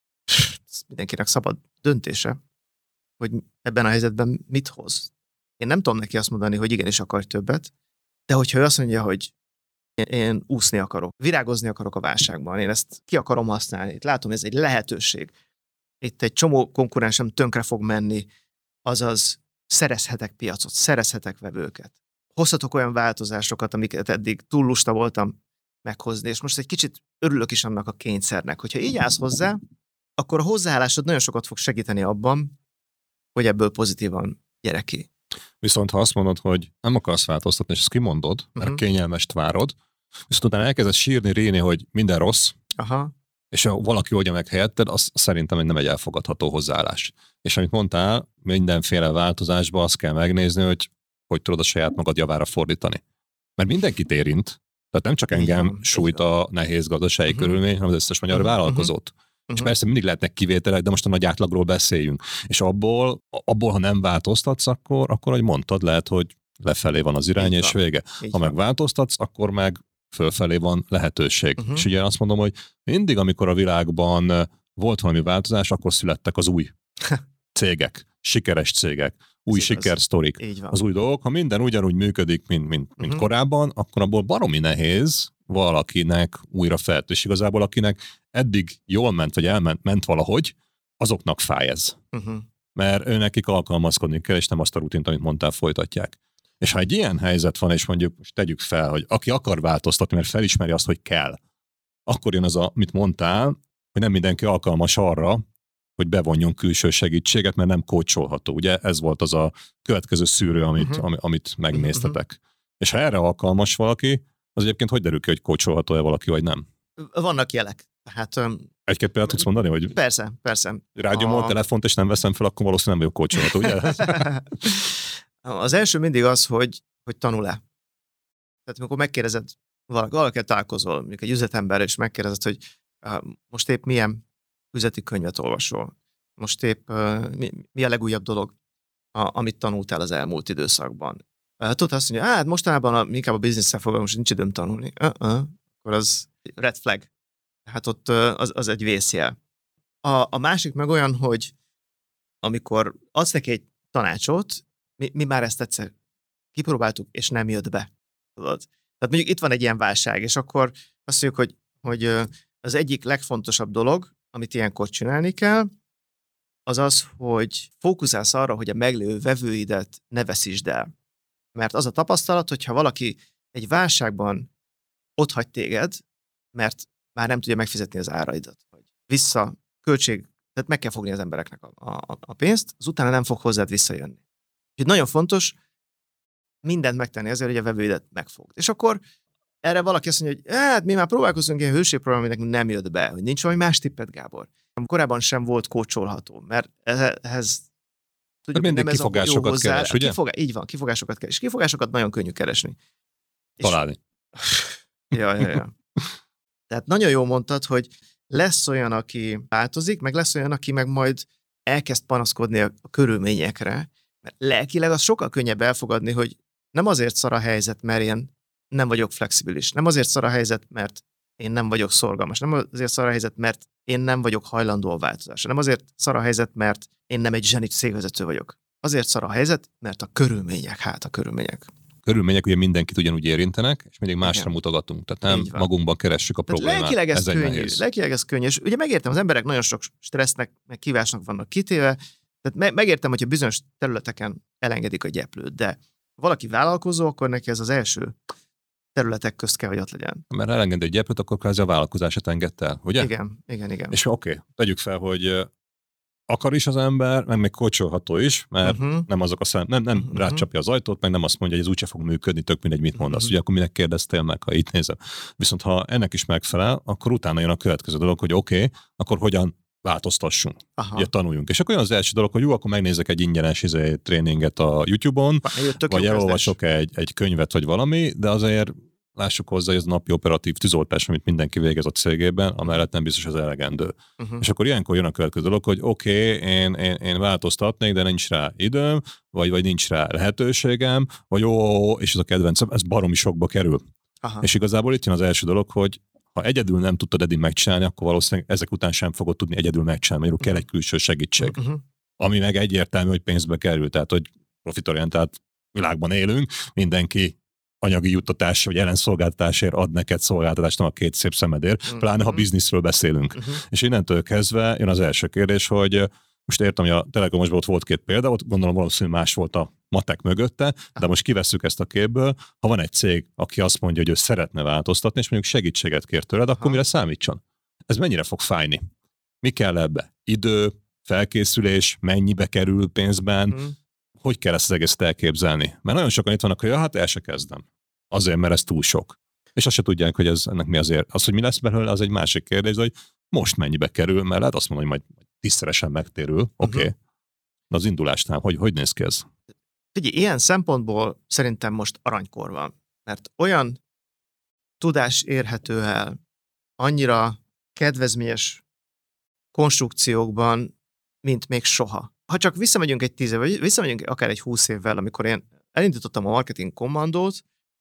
Ez mindenkinek szabad döntése, hogy ebben a helyzetben mit hoz. Én nem tudom neki azt mondani, hogy igenis akar többet, de hogyha ő azt mondja, hogy én, én úszni akarok, virágozni akarok a válságban, én ezt ki akarom használni, itt látom, ez egy lehetőség. Itt egy csomó konkurensem tönkre fog menni, azaz szerezhetek piacot, szerezhetek vevőket. Hozhatok olyan változásokat, amiket eddig túl lusta voltam meghozni, és most egy kicsit örülök is annak a kényszernek. Hogyha így állsz hozzá, akkor a hozzáállásod nagyon sokat fog segíteni abban, hogy ebből pozitívan gyere ki. Viszont ha azt mondod, hogy nem akarsz változtatni, és ezt kimondod, mert uh-huh. kényelmest várod, viszont utána elkezdesz sírni, réni, hogy minden rossz, aha. és ha valaki oldja meg helyetted, az szerintem nem egy elfogadható hozzáállás. És amit mondtál, mindenféle változásba azt kell megnézni, hogy hogy tudod a saját magad javára fordítani. Mert mindenkit érint, tehát nem csak engem van, sújt a nehéz gazdasági uh-huh. körülmény, hanem az összes magyar uh-huh. vállalkozót. Uh-huh. És persze mindig lehetnek kivételek, de most a nagy átlagról beszéljünk. És abból, abból ha nem változtatsz, akkor, akkor, ahogy mondtad, lehet, hogy lefelé van az irány, és vége. Így ha van. Meg változtatsz, akkor meg fölfelé van lehetőség. Uh-huh. És ugye azt mondom, hogy mindig, amikor a világban volt valami változás, akkor születtek az új cégek, sikeres cégek, új sikersztorik, az új dolgok. Ha minden ugyanúgy működik, mint, mint, mint uh-huh. korábban, akkor abból baromi nehéz valakinek újra felt. És igazából akinek eddig jól ment, vagy elment, ment valahogy, azoknak fáj ez. Uh-huh. Mert őnekik alkalmazkodni kell, és nem azt a rutint, amit mondtál, folytatják. És ha egy ilyen helyzet van, és mondjuk most tegyük fel, hogy aki akar változtatni, mert felismeri azt, hogy kell, akkor jön az, a, amit mondtál, hogy nem mindenki alkalmas arra, hogy bevonjon külső segítséget, mert nem kócsolható. Ugye ez volt az a következő szűrő, amit, uh-huh. am, amit megnéztetek. Uh-huh. És ha erre alkalmas valaki, az egyébként hogy derül ki, hogy kócsolható-e valaki, vagy nem? Vannak jelek. Hát, um, Egy-két példát tudsz mondani? Hogy persze, persze. Rádiómol a telefont, és nem veszem fel, akkor valószínűleg nem vagyok kócsolható, ugye? Az első mindig az, hogy, hogy tanul-e. Tehát amikor megkérdezed, valaki, valakivel találkozol, mondjuk egy üzletemberrel, és megkérdezed, hogy uh, most épp milyen üzleti könyvet olvasol. Most épp uh, mi, mi a legújabb dolog, a, amit tanultál az elmúlt időszakban. Uh, tudod azt mondja, hát mostanában a, inkább a bizniszszel fogom, most nincs időm tanulni. Uh-uh. Akkor az red flag. Hát ott uh, az, az egy vészjel. A, a másik meg olyan, hogy amikor adsz neki egy tanácsot, mi, mi már ezt egyszer kipróbáltuk, és nem jött be. Tudod? Tehát mondjuk itt van egy ilyen válság, és akkor azt mondjuk, hogy, hogy az egyik legfontosabb dolog, amit ilyenkor csinálni kell, az az, hogy fókuszálsz arra, hogy a meglévő vevőidet ne veszítsd el. Mert az a tapasztalat, hogyha valaki egy válságban otthagy téged, mert már nem tudja megfizetni az áraidat, vagy vissza, költség, tehát meg kell fogni az embereknek a, a, a pénzt, az utána nem fog hozzád visszajönni. Úgyhogy nagyon fontos mindent megtenni azért, hogy a vevőidet megfogd. És akkor erre valaki azt mondja, hogy hát mi már próbálkozunk ilyen hőségprogram, aminek nem jött be, hogy nincs valami más tippet, Gábor. Korábban sem volt kócsolható, mert ehhez tudjuk, mindig nem kifogásokat ez a keres, ugye? Kifogá... Így van, kifogásokat keres. És kifogásokat nagyon könnyű keresni. Találni. És... ja, ja, ja. Tehát nagyon jól mondtad, hogy lesz olyan, aki változik, meg lesz olyan, aki meg majd elkezd panaszkodni a, a körülményekre, mert lelkileg az sokkal könnyebb elfogadni, hogy nem azért szar a helyzet, mert én nem vagyok flexibilis. Nem azért szar a helyzet, mert én nem vagyok szorgalmas. Nem azért szar a helyzet, mert én nem vagyok hajlandó a változásra. Nem azért szar a helyzet, mert én nem egy zseni cégvezető vagyok. Azért szar a helyzet, mert a körülmények, hát a körülmények. körülmények ugye mindenkit ugyanúgy érintenek, és mindig másra Igen. mutogatunk. Tehát nem magunkban keressük a problémát. Lelkileg ez, ez könnyű, lelkileg ez könnyű. És ugye megértem, az emberek nagyon sok stressznek, meg kívásnak vannak kitéve, tehát me- megértem, hogyha bizonyos területeken elengedik a gyeplőt, de ha valaki vállalkozó, akkor neki ez az első területek közt kell, hogy ott legyen. Mert elengedi egy gyeplőt, akkor kvázi a vállalkozását engedte el, ugye? Igen, igen, igen. És oké, okay, tegyük fel, hogy akar is az ember, meg még kocsolható is, mert uh-huh. nem azok a szem, nem, nem uh-huh. rácsapja az ajtót, meg nem azt mondja, hogy ez úgyse fog működni, tök mindegy, mit mondasz. Uh-huh. Ugye akkor minek kérdeztél meg, ha itt nézem. Viszont ha ennek is megfelel, akkor utána jön a következő dolog, hogy oké, okay, akkor hogyan változtassunk, Aha. ugye tanuljunk. És akkor jön az első dolog, hogy jó, akkor megnézek egy ingyenes izé, tréninget a YouTube-on, vagy elolvasok egy, egy könyvet, vagy valami, de azért lássuk hozzá, hogy ez a napi operatív tűzoltás, amit mindenki végez a cégében, amellett nem biztos az elegendő. Uh-huh. És akkor ilyenkor jön a következő dolog, hogy oké, okay, én, én, én változtatnék, de nincs rá időm, vagy, vagy nincs rá lehetőségem, vagy ó, és ez a kedvencem, ez baromi sokba kerül. Aha. És igazából itt jön az első dolog, hogy ha egyedül nem tudtad eddig megcsinálni, akkor valószínűleg ezek után sem fogod tudni egyedül megcsinálni, magyarul uh-huh. kell egy külső segítség. Uh-huh. Ami meg egyértelmű, hogy pénzbe kerül, tehát hogy profitorientált világban élünk, mindenki anyagi juttatás vagy ellenszolgáltatásért ad neked szolgáltatást, nem a két szép szemedért, uh-huh. pláne ha bizniszről beszélünk. Uh-huh. És innentől kezdve jön az első kérdés, hogy most értem, hogy a Telekomosban ott volt két példa, ott gondolom valószínűleg más volt a matek mögötte, de most kivesszük ezt a képből, ha van egy cég, aki azt mondja, hogy ő szeretne változtatni, és mondjuk segítséget kér tőled, akkor mire számítson? Ez mennyire fog fájni? Mi kell ebbe? Idő, felkészülés, mennyibe kerül pénzben, uh-huh. hogy kell ezt az egészet elképzelni? Mert nagyon sokan itt vannak, hogy ja, hát el se kezdem. Azért, mert ez túl sok. És azt se tudják, hogy ez ennek mi azért. Az, hogy mi lesz belőle, az egy másik kérdés, hogy most mennyibe kerül, mert lehet azt mondani, hogy majd tízszeresen megtérül. Oké. Okay. Uh-huh. De az indulásnál, hogy, hogy néz ki ez? Figyelj, ilyen szempontból szerintem most aranykor van. Mert olyan tudás érhető el annyira kedvezményes konstrukciókban, mint még soha. Ha csak visszamegyünk egy tíz év, vagy visszamegyünk akár egy húsz évvel, amikor én elindítottam a marketing kommandót,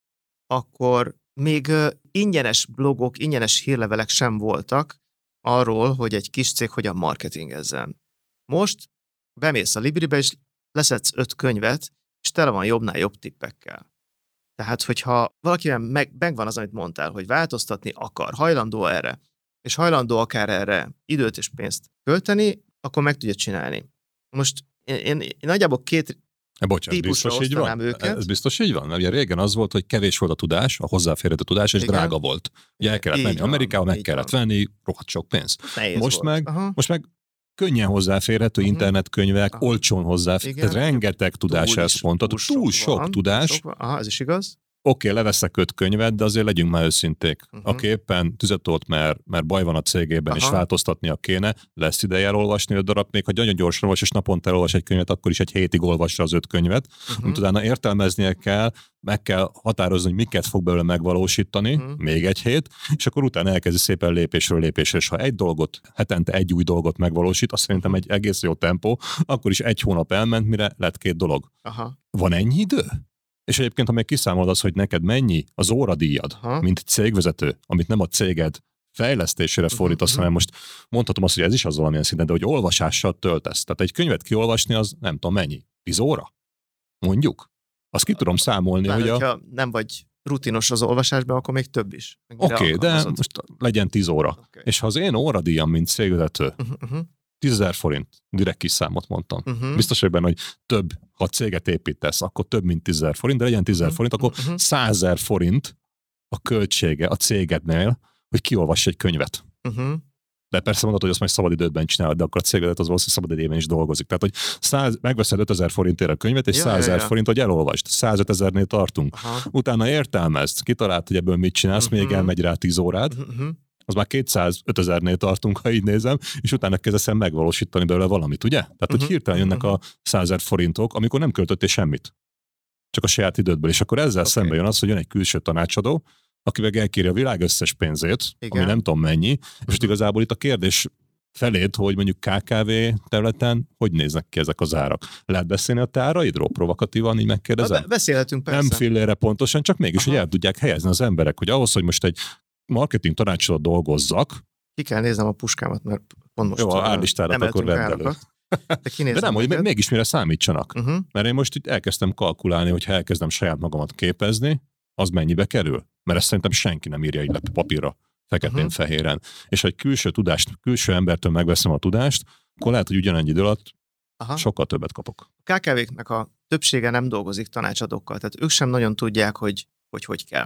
akkor még ingyenes blogok, ingyenes hírlevelek sem voltak arról, hogy egy kis cég hogyan marketingezzen. Most bemész a Libribe, és leszedsz öt könyvet, és tele van jobbnál jobb tippekkel. Tehát, hogyha valakivel meg, megvan az, amit mondtál, hogy változtatni akar, hajlandó erre, és hajlandó akár erre időt és pénzt költeni, akkor meg tudja csinálni. Most én, én, én nagyjából két Bocsánat, típusra osztanám őket. Ez biztos így van? Mert ugye régen az volt, hogy kevés volt a tudás, a hozzáférhető tudás, és Igen. drága volt. Ugye el kellett így menni van, Amerikába, meg kellett van. venni, rohadt sok pénz. Most meg, most meg könnyen hozzáférhető uh-huh. internetkönyvek, uh-huh. olcsón hozzáférhető, tehát rengeteg tudás ezt mondtad, túl, túl sok, sok tudás. Sok Aha, ez is igaz. Oké, okay, leveszek öt könyvet, de azért legyünk már őszinték. Uh-huh. Aki éppen tüzet tolt, mert, mert baj van a cégében, Aha. és változtatnia kéne, lesz ideje elolvasni öt darab, még ha nagyon gyorsan olvas, és naponta elolvas egy könyvet, akkor is egy hétig olvassa az öt könyvet. Uh-huh. Amit utána értelmeznie kell, meg kell határozni, hogy miket fog belőle megvalósítani, uh-huh. még egy hét, és akkor utána elkezdi szépen lépésről lépésre, és ha egy dolgot, hetente egy új dolgot megvalósít, azt szerintem egy egész jó tempó, akkor is egy hónap elment, mire lett két dolog. Aha. Van ennyi idő? És egyébként, ha még kiszámolod az, hogy neked mennyi az óradíjad, Aha. mint cégvezető, amit nem a céged fejlesztésére fordítasz, uh-huh. hanem most mondhatom azt, hogy ez is az valamilyen szinten, de hogy olvasással töltesz. Tehát egy könyvet kiolvasni, az nem tudom mennyi. Tíz óra? Mondjuk? Azt ki tudom számolni, Bár, hogy a... ha nem vagy rutinos az olvasásban, akkor még több is. Oké, okay, de most legyen tíz óra. Okay. És ha az én óradíjam, mint cégvezető, uh-huh. tízezer forint, direkt kis számot mondtam. Uh-huh. Biztos, hogy benne, hogy több, ha céget építesz, akkor több, mint tízezer forint, de legyen tízezer uh-huh. forint, akkor uh-huh. százezer forint a költsége a cégednél, hogy kiolvass egy könyvet. Uh-huh. De persze mondod, hogy azt majd szabadidődben csinálod, de akkor a cégedet az valószínűleg szabadidőben is dolgozik. Tehát, hogy száz, megveszed ötezer forintért a könyvet, és ja, százezer ja, ja. forint, hogy elolvasd. százötezernél tartunk. Aha. Utána értelmezd, kitalált, hogy ebből mit csinálsz, uh-huh. még elmegy rá tíz órád. Uh-huh. Az már kétszázötezernél tartunk, ha így nézem, és utána kezdesz megvalósítani belőle valamit, ugye? Tehát, uh-huh. hogy hirtelen jönnek uh-huh. a százezer forintok, amikor nem költöttél semmit. Csak a saját idődből. És akkor ezzel okay. szemben jön az, hogy jön egy külső tanácsadó, akivel elkéri a világ összes pénzét, Igen. ami nem tudom mennyi, uh-huh. és igazából itt a kérdés feléd, hogy mondjuk ká ká vé területen hogy néznek ki ezek az árak. Lehet beszélni a te áraidról provokatívan, így megkérdezem? Be- beszélhetünk persze. Nem fillére pontosan, csak mégis, Aha. hogy el tudják helyezni az emberek, hogy ahhoz, hogy most egy marketing tanácsadót dolgozzak. Ki kell néznem a puskámat, mert pont most jó, a árlistárat akkor redd elő. De nem, hogy mégis mire számítsanak. Uh-huh. Mert én most itt elkezdtem kalkulálni, hogy ha elkezdem saját magamat képezni, az mennyibe kerül? Mert ezt szerintem senki nem írja így le papírra, feketén-fehéren. Uh-huh. És ha egy külső tudást, külső embertől megveszem a tudást, akkor lehet, hogy ugyanannyi idő alatt Aha. sokkal többet kapok. A ká ká véknek a többsége nem dolgozik tanácsadókkal, tehát ők sem nagyon tudják, hogy hogy, hogy kell.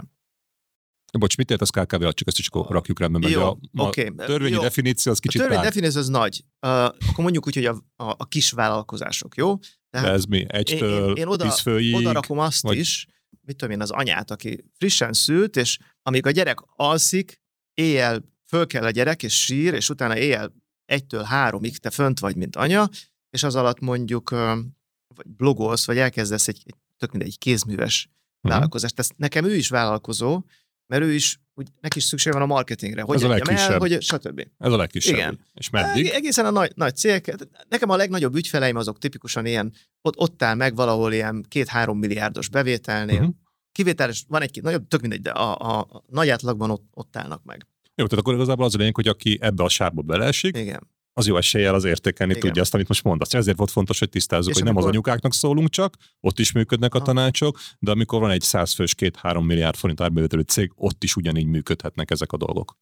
Bocs, mit értesz ká ká vé alatt, csak ezt is akkor rakjuk rendben, mert jó, a, a okay. törvényi jó. definíció az kicsit A törvényi tág. definíció az nagy. Uh, akkor mondjuk úgy, hogy a, a, a kis vállalkozások, jó? Tehát de ez mi? Egytől én, én oda, tíz főig? Oda rakom azt vagy... is, mit tudom én, az anyát, aki frissen szült, és amíg a gyerek alszik, éjjel föl kell a gyerek, és sír, és utána éjjel egytől háromig te fönt vagy, mint anya, és az alatt mondjuk vagy blogolsz, vagy elkezdesz egy, egy tök mindegy kézműves uh-huh. vállalkozást. Tehát nekem ő is vállalkozó, mert ő is, úgy, neki is szükség van a marketingre, hogy adjam el, hogy stb. Ez a legkisebb. Igen. És meddig? Egészen a nagy, nagy cégek. Nekem a legnagyobb ügyfeleim azok tipikusan ilyen, ott, ott áll meg valahol ilyen két-három milliárdos bevételnél. Uh-huh. Kivételes, van egy-két nagyobb, tök mindegy, de a, a, a nagy átlagban ott, ott állnak meg. Jó, tehát akkor igazából az a lényeg, hogy aki ebbe a sárba beleesik, igen. az jó eséllyel az értékelni igen. tudja azt, amit most mondasz. Ezért volt fontos, hogy tisztázzuk, és hogy amikor... nem az anyukáknak szólunk csak, ott is működnek a ha. tanácsok, de amikor van egy százfős két-három milliárd forint árbevételű cég, ott is ugyanígy működhetnek ezek a dolgok.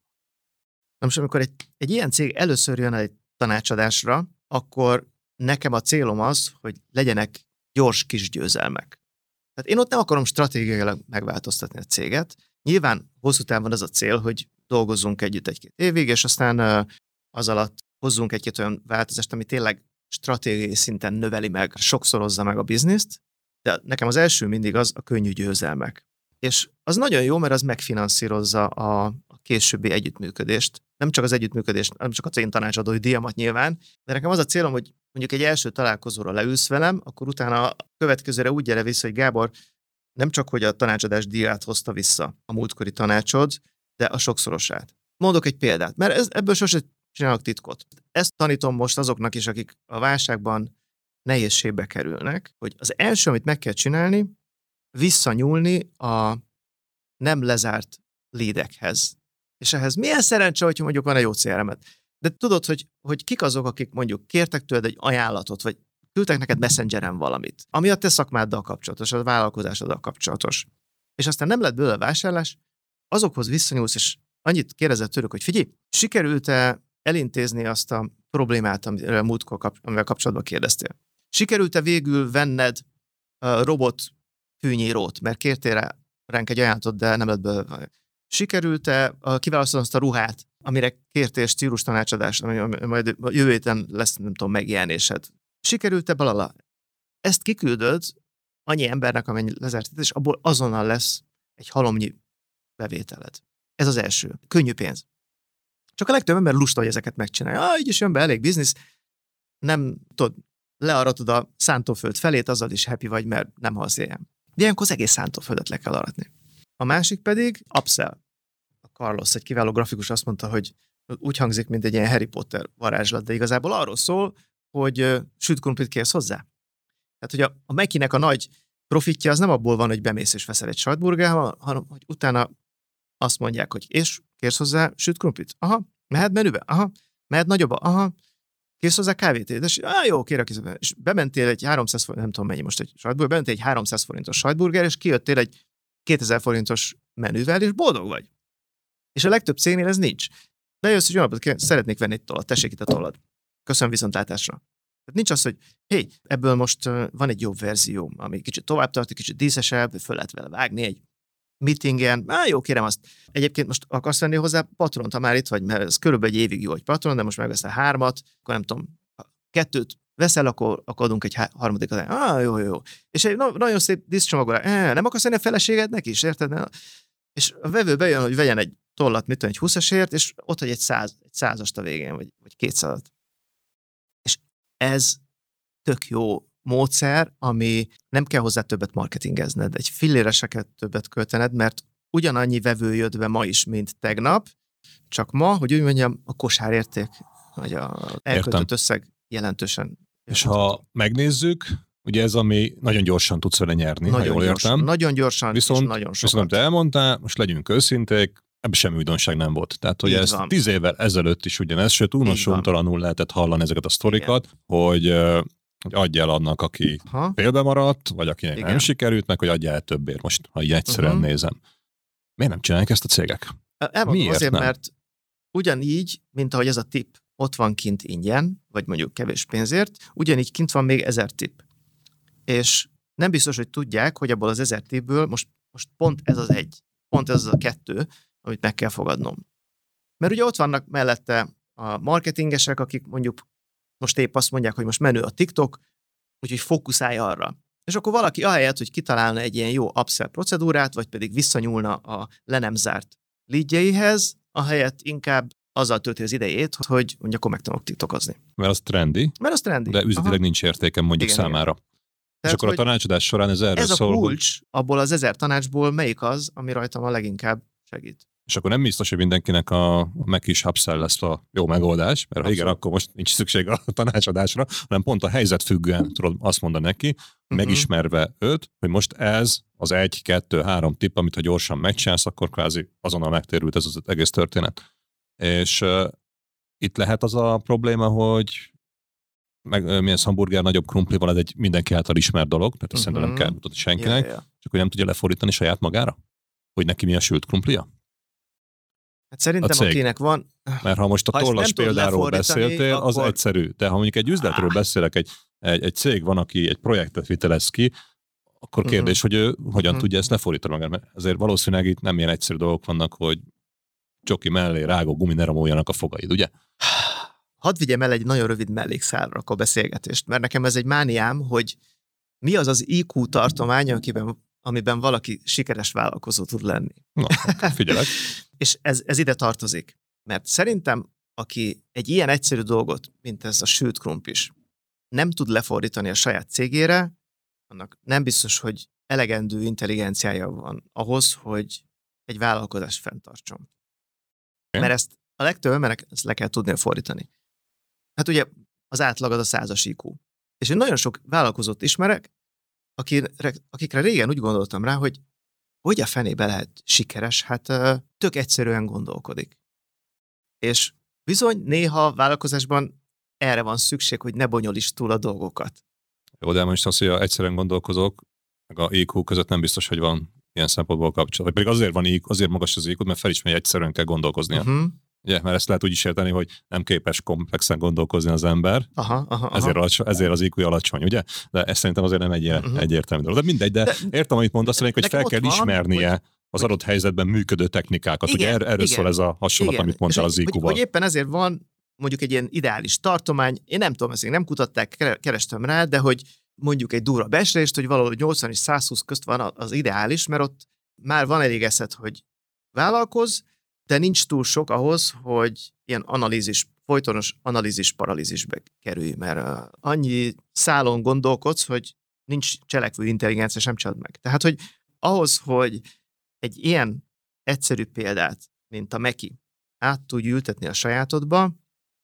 Na most amikor egy, egy ilyen cég először jön egy tanácsadásra, akkor nekem a célom az, hogy legyenek gyors kis győzelmek. Tehát én ott nem akarom stratégiailag megváltoztatni a céget. Nyilván hosszú távon az a cél, hogy dolgozzunk együtt egy-két évig, és aztán az alatt hozzunk egy-két olyan változást, ami tényleg stratégiai szinten növeli meg, sokszorozza meg a bizniszt, de nekem az első mindig az a könnyű győzelmek. És az nagyon jó, mert az megfinanszírozza a, a későbbi együttműködést. Nem csak az együttműködést, nem csak az én tanácsadói díjamat nyilván, de nekem az a célom, hogy mondjuk egy első találkozóra leülsz velem, akkor utána a következőre úgy gyere vissza, hogy Gábor, nem csak, hogy a tanácsadás díját hozta vissza a múltkori tanácsod, de a sokszorosát. Mondok egy példát, mert ez, ebből sose csinálok titkot. Ezt tanítom most azoknak is, akik a válságban nehézségbe kerülnek, hogy az első, amit meg kell csinálni, visszanyúlni a nem lezárt leadekhez. És ehhez milyen szerencse, hogyha mondjuk van egy jó cé er em-et. De tudod, hogy, hogy kik azok, akik mondjuk kértek tőled egy ajánlatot, vagy küldtek neked Messengeren valamit, ami a te szakmáddal kapcsolatos, a vállalkozásoddal kapcsolatos. És aztán nem lett belőle vásárlás, azokhoz visszanyúlsz, és annyit kérdezett tőlük, hogy figyelj, sikerült-e elintézni azt a problémát, amivel múltkor kap, amivel kapcsolatban kérdeztél? Sikerült-e végül venned a robot fűnyírót, mert kértél rá ránk egy ajánlatot, de nem lett belőle? Sikerült-e kiválasztani azt a ruhát, amire kértél stílus tanácsadást, ami majd jövő héten lesz, nem tudom, megjelenésed? Sikerült-e balala? Ezt kiküldöd annyi embernek, amennyi lezárt, és abból azonnal lesz egy halomnyi bevételed. Ez az első. Könnyű pénz. Csak a legtöbb ember lusta, hogy ezeket megcsinálja. Ah, így is jön be, elég biznisz. Nem tudod, learatod a szántóföld felét, azzal is happy vagy, mert nem halsz ilyen. De ilyenkor az egész szántóföldet le kell aratni. A másik pedig upsell. A Carlos, egy kiváló grafikus azt mondta, hogy úgy hangzik, mint egy ilyen Harry Potter varázslat, de igazából arról szól, hogy uh, süt krumplit kérsz hozzá. Tehát, hogy a, a Mekinek a nagy profitja az nem abból van, hogy bemész és veszel egy sajtburgert, hanem hogy utána azt mondják, hogy és kérsz hozzá süt krumplit? Aha, mehet menübe? Aha, mehet nagyobba? Aha, kérsz hozzá kávét? És á, jó, kérek, és bementél egy háromszáz forint, nem tudom mennyi most egy sajtburger, bementél egy háromszáz forintos sajtburger, és kijöttél egy kétezer forintos menüvel, és boldog vagy. És a legtöbb cégnél ez nincs. Bejössz, hogy jó napot, szeretnék venni egy tollat, tessék itt a tollad. Köszönöm viszontlátásra. Tehát nincs az, hogy hé, ebből most uh, van egy jobb verzió, ami kicsit tovább tart, egy kicsit díszesebb, föl lehet vele vágni egy meetingen. Á, jó, kérem azt. Egyébként most akarsz venni hozzá patront, ha már itt vagy, mert ez körülbelül egy évig jó, hogy patron, de most megveszel hármat, akkor nem tudom, kettőt veszel, akkor, akkor adunk egy harmadikat. Á, jó, jó, jó. És egy nagyon szép díszcsomagolás. Nem akarsz venni a feleségednek is, érted? És a vevő bejön, hogy vegyen egy tollat, mit tudom, egy húszasért, és ott egy, száz, egy százast a végén, vagy, vagy kétszázat. És ez tök jó módszer, ami nem kell hozzá többet marketingezned, egy filléreseket többet költened, mert ugyanannyi vevő jött be ma is, mint tegnap, csak ma, hogy úgy mondjam, a kosárérték, vagy a elköltött összeg jelentősen. És ha megnézzük, ugye ez, ami nagyon gyorsan tudsz vele nyerni, nagyon ha jól gyorsan, értem. Nagyon gyorsan, viszont, és nagyon sokat. Viszont te elmondtál, most legyünk őszinték, ebben semmi újdonság nem volt. Tehát, hogy Így ez van. tíz évvel ezelőtt is ugyanez, sőt, unalomtalanul lehetett hallani ezeket a sztorikat, hogy, hogy adj el annak, aki Aha. félbe maradt, vagy akinek Igen. nem sikerült, meg hogy adj el többért most, ha így egyszerűen Uh-huh. nézem. Miért nem csinálják ezt a cégek? Elmondom Miért azért, nem? mert ugyanígy, mint ahogy ez a tipp ott van kint ingyen, vagy mondjuk kevés pénzért, ugyanígy kint van még ezer tipp. És nem biztos, hogy tudják, hogy abból az ezer tippből most, most pont ez az egy, pont ez az a kettő, amit meg kell fogadnom. Mert ugye ott vannak mellette a marketingesek, akik mondjuk most épp azt mondják, hogy most menő a TikTok, úgyhogy fókuszálj arra. És akkor valaki ahelyett, hogy kitalálna egy ilyen jó upsell procedúrát, vagy pedig visszanyúlna a le nem zárt leadjeihez, ahelyett inkább azzal tölti az idejét, hogy mondjuk akkor megtanulok tiktokozni. Mert az trendi, Mert az trendi. de üzletileg Aha. nincs értékem mondjuk Igen, számára. igen. És Tehát, akkor a hogy tanácsadás során ez erről ez a szól, hogy kulcs, abból az ezer tanácsból melyik az, ami rajtam a leginkább segít. és akkor nem biztos, hogy mindenkinek a meg is upsell lesz a jó megoldás, mert ha igen, Abszolút. akkor most nincs szükség a tanácsadásra, hanem pont a helyzet függően tudod azt mondani neki, Uh-huh. megismerve őt, hogy most ez az egy, kettő, három tipp, amit ha gyorsan megcsinálsz, akkor kvázi azonnal megtérült ez az egész történet. És uh, itt lehet az a probléma, hogy meg, uh, milyen hamburger nagyobb krumplival, ez egy mindenki által ismert dolog, tehát uh-huh. szerintem nem kell mutatni senkinek, Ja, ja, ja. csak hogy nem tudja lefordítani saját magára? Hogy neki mi a sült krumplia? Hát szerintem A cég. akinek van, Mert ha most a Ha ezt tollas nem tudod példáról lefordítani, beszéltél, az akkor- egyszerű. De ha mondjuk egy üzletről Ah. beszélek, egy, egy, egy cég van, aki egy projektet vitelez ki, akkor kérdés, hogy ő hogyan Mhm. tudja ezt lefordítani magát. Mert azért valószínűleg itt nem ilyen egyszerű dolgok vannak, hogy csoki mellé rágó gumi ne ramoljanak a fogaid, ugye? hadd vigyem el egy nagyon rövid mellékszálra a beszélgetést, mert nekem ez egy mániám, hogy mi az az í kú tartomány, amiben, amiben valaki sikeres vállalkozó tud lenni. Na, akkor figyelek. És ez, ez ide tartozik. Mert szerintem, aki egy ilyen egyszerű dolgot, mint ez a sült krumplis, nem tud lefordítani a saját cégére, annak nem biztos, hogy elegendő intelligenciája van ahhoz, hogy egy vállalkozást fenntartson. Okay. Mert ezt a legtöbb embernek ezt le kell tudnia fordítani. Hát ugye az átlag az a százas í kú. És én nagyon sok vállalkozót ismerek, akikre, akikre régen úgy gondoltam rá, hogy hogy a fenébe lehet sikeres, hát ö, tök egyszerűen gondolkodik. És bizony néha a vállalkozásban erre van szükség, hogy ne bonyolítsd túl a dolgokat. Jó, de most azt, hogy egyszerűen gondolkozok, meg a í kú között nem biztos, hogy van ilyen szempontból kapcsolat. Vagy pedig azért van í kú, azért magas az í kú, mert felismeri, hogy egyszerűen kell gondolkoznia. Uh-huh. Ugye, mert ezt lehet úgy is érteni, hogy nem képes komplexen gondolkozni az ember, Aha, aha, aha. ezért, alacsony, ezért az í kú alacsony, ugye? De ez szerintem azért nem egy ilyen Uh-huh. egyértelmű dolog. De mindegy, de, De- értem, amit mondasz, hogy nekem fel ott kell van, ismernie hogy- az adott helyzetben működő technikákat. Igen, Ugye er, erről igen, szól ez a hasonlat, Igen. amit mondtál És az hogy- í kúval. Hogy éppen ezért van mondjuk egy ilyen ideális tartomány, én nem tudom, ezt még nem kutatták, kere- kerestem rá, de hogy mondjuk egy durva becslést, hogy valahol nyolcvan és százhúsz közt van az ideális, mert ott már van elég eszed, hogy vállalkozz, de nincs túl sok ahhoz, hogy ilyen analízis, folytonos analízis paralízisbe kerülj, mert uh, annyi szálon gondolkodsz, hogy nincs cselekvő intelligencia, sem csinálod meg. Tehát, hogy ahhoz, hogy egy ilyen egyszerű példát, mint a Meki, át tudj ültetni a sajátodba,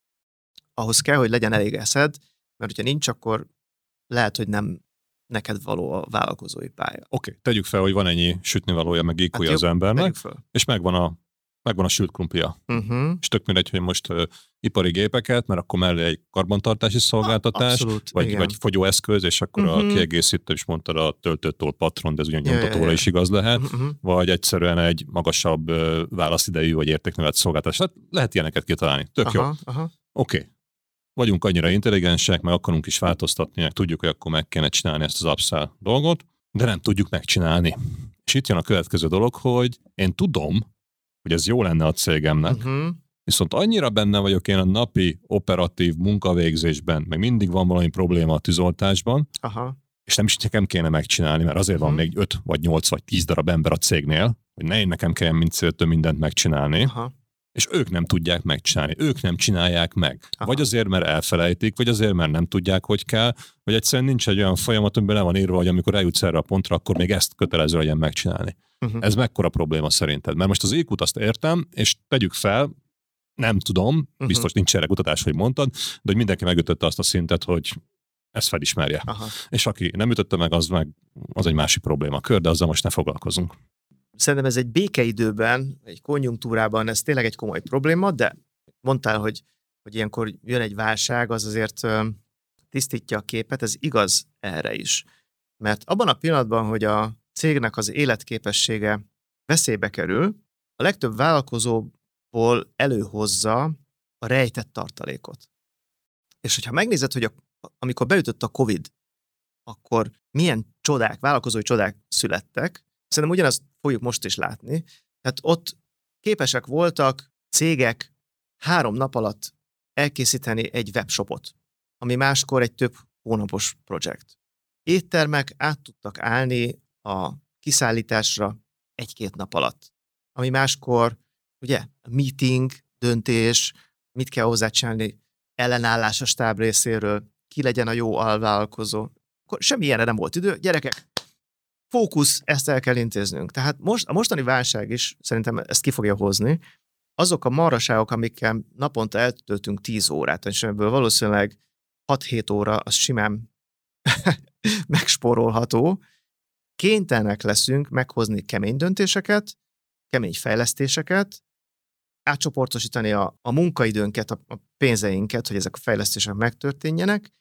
ahhoz kell, hogy legyen elég eszed, mert hogyha nincs, akkor lehet, hogy nem neked való a vállalkozói pálya. Oké, tegyük fel, hogy van ennyi sütnivalója, meg í kúja Hát az embernek, Tegyük föl. és megvan a, megvan a sült krumplia. Uh-huh. És tök mindegy, hogy most uh, ipari gépeket, mert akkor mellé egy karbantartási szolgáltatás, Abszolút, vagy, igen. vagy fogyóeszköz, és akkor uh-huh. a Mhm. kiegészítő is mondtad a töltőtól patron, de ez ugyan Ja, ja, nyomtatóra ja. is igaz lehet, Uh-huh. vagy egyszerűen egy magasabb uh, válaszidejű vagy értéknövelt szolgáltatás. Hát lehet ilyeneket kitalálni. Tök jó. Aha, aha. Oké. Okay. Vagyunk annyira intelligensek, meg akarunk is változtatni, meg tudjuk, hogy akkor meg kéne csinálni ezt az upsell dolgot, de nem tudjuk megcsinálni. És itt jön a következő dolog, hogy én tudom, hogy ez jó lenne a cégemnek, Uh-huh. viszont annyira benne vagyok én a napi operatív munkavégzésben, meg mindig van valami probléma a tűzoltásban, Aha. és nem is nekem kéne megcsinálni, mert azért van Mhm. még öt vagy nyolc vagy tíz darab ember a cégnél, hogy ne én nekem kelljen mind céltől mindent megcsinálni, Aha. és ők nem tudják megcsinálni, ők nem csinálják meg. Aha. Vagy azért, mert elfelejtik, vagy azért, mert nem tudják, hogy kell, vagy egyszerűen nincs egy olyan folyamat, amiben le van írva, hogy amikor eljutsz erre a pontra, akkor még ezt kötelező legyen megcsinálni. Uh-huh. Ez mekkora probléma szerinted? Mert most az í kút azt értem, és tegyük fel, nem tudom, biztos nincs erre kutatás, hogy mondtad, de hogy mindenki megütötte azt a szintet, hogy ezt felismerje. Aha. És aki nem ütötte meg, az meg az egy másik probléma kör, de azzal most ne foglalkozunk. Szerintem ez egy békeidőben, egy konjunktúrában ez tényleg egy komoly probléma, de mondtál, hogy, hogy ilyenkor jön egy válság, az azért tisztítja a képet, ez igaz erre is. Mert abban a pillanatban, hogy a cégnek az életképessége veszélybe kerül, a legtöbb vállalkozóból előhozza a rejtett tartalékot. És hogyha megnézed, hogy a, amikor beütött a Covid, akkor milyen csodák, vállalkozói csodák születtek, szerintem ugyanazt fogjuk most is látni. Tehát ott képesek voltak cégek három nap alatt elkészíteni egy webshopot, ami máskor egy több hónapos projekt. Éttermek át tudtak állni a kiszállításra egy-két nap alatt, ami máskor, ugye, meeting, döntés, mit kell hozzácsinálni, ellenállás a stáb részéről, ki legyen a jó alvállalkozó. Akkor semmi ilyenre nem volt idő. Gyerekek, fókusz, ezt el kell intéznünk. Tehát most, a mostani válság is szerintem ezt ki fogja hozni. Azok a marhaságok, amikkel naponta eltöltünk tíz órát, és ebből valószínűleg hat-hét óra, az simán megspórolható. Kénytelenek leszünk meghozni kemény döntéseket, kemény fejlesztéseket, átcsoportosítani a, a munkaidőnket, a, a pénzeinket, hogy ezek a fejlesztések megtörténjenek,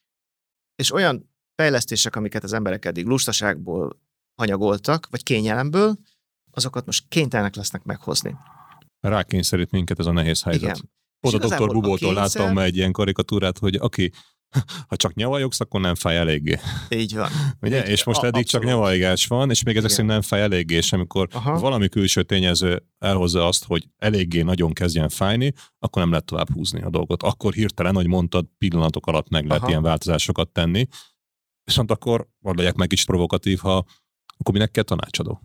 és olyan fejlesztések, amiket az emberek eddig lustaságból hanyagoltak, vagy kényelemből, azokat most kénytelenek lesznek meghozni. Rákényszerít minket ez a nehéz helyzet. Igen. Oda doktor Bubótól kényszer... láttam egy ilyen karikatúrát, hogy aki, ha csak nyavajogsz, akkor nem fáj eléggé. Így van. Ugye? Így, és most a, eddig abszolút. Csak nyavajgás van, és még ezek szerint nem fáj eléggé, és amikor Aha. valami külső tényező elhozza azt, hogy eléggé nagyon kezdjen fájni, akkor nem lehet tovább húzni a dolgot. Akkor hirtelen, hogy mondtad, pillanatok alatt meg lehet Aha. ilyen változásokat tenni. Viszont akkor, vagy legyek meg kicsit provokatív, ha akkor minek kell tanácsadó?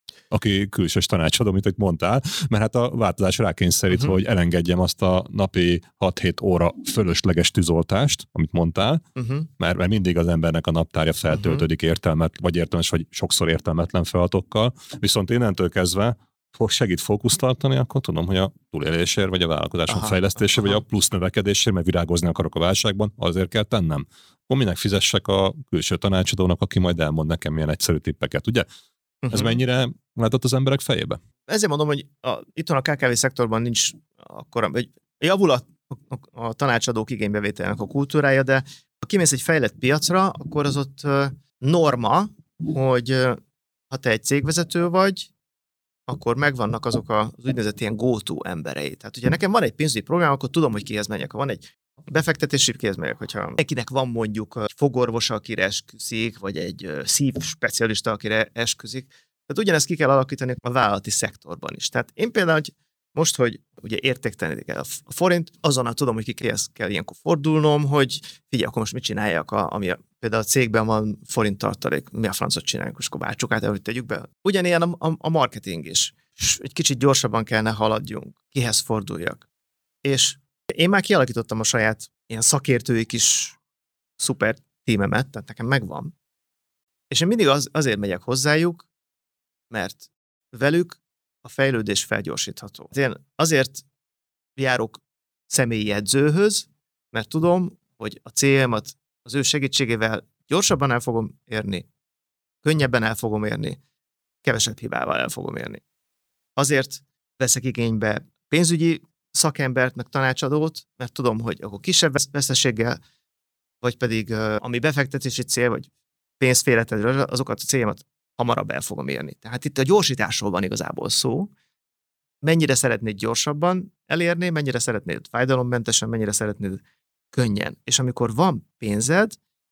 Aki külsős tanácsadó, mint hogy mondtál, mert hát a változás rákényszerít, uh-huh. hogy elengedjem azt a napi hat-hét óra fölösleges tűzoltást, amit mondtál, uh-huh. mert, mert mindig az embernek a naptárja feltöltődik uh-huh. értelmet, vagy értelmes, vagy sokszor értelmetlen feladatokkal. Viszont innentől kezdve fog segít fókuszt tartani, akkor tudom, hogy a túlélésért, vagy a vállalkozásom aha, fejlesztésért, aha. vagy a plusz növekedésért, mert virágozni akarok a válságban, azért kell tennem. Akkor minek fizessek a külső tanácsadónak, aki majd elmond nekem milyen egyszerű tippeket, ugye? Uh-huh. Ez mennyire látott az emberek fejébe? Ezért mondom, hogy a, itthon a ká ká vé szektorban nincs akkora, vagy javul a, a, a tanácsadók igénybevételnek a kultúrája, de ha kimész egy fejlett piacra, akkor az ott norma, hogy ha te egy cégvezető vagy, akkor megvannak azok az úgynevezett ilyen go-to emberei. Tehát ugye nekem van egy pénzügyi program, akkor tudom, hogy kihez menjek. Ha van egy befektetési, kihez megyek, hogyha nekinek van mondjuk egy fogorvos, akire esküszik, vagy egy szívspecialista, akire esküszik. Tehát ugyanezt ki kell alakítani a vállalati szektorban is. Tehát én például, hogy most, hogy ugye értéktelenítik el a forint, azonnal tudom, hogy kihez kell ilyenkor fordulnom, hogy figyelj, akkor most mit csináljak, a, ami a, például a cégben van forint tartalék, mi a francot csináljuk, és akkor váltsuk át, hogy tegyük be. Ugyanilyen a, a, a marketing is. És egy kicsit gyorsabban kellene haladjunk, kihez forduljak. És én már kialakítottam a saját ilyen szakértői kis szuper tímemet, tehát nekem megvan. És én mindig az, azért megyek hozzájuk, mert velük a fejlődés felgyorsítható. Én azért járok személyi edzőhöz, mert tudom, hogy a céljamat az ő segítségével gyorsabban el fogom érni, könnyebben el fogom érni, kevesebb hibával el fogom érni. Azért veszek igénybe pénzügyi szakembert, meg tanácsadót, mert tudom, hogy akkor kisebb veszteséggel, vagy pedig ami befektetési cél, vagy pénzfélretetről, azokat a céljamat hamarabb el fogom érni. Tehát itt a gyorsításról van igazából szó. Mennyire szeretnéd gyorsabban elérni, mennyire szeretnéd fájdalommentesen, mennyire szeretnéd könnyen. És amikor van pénzed,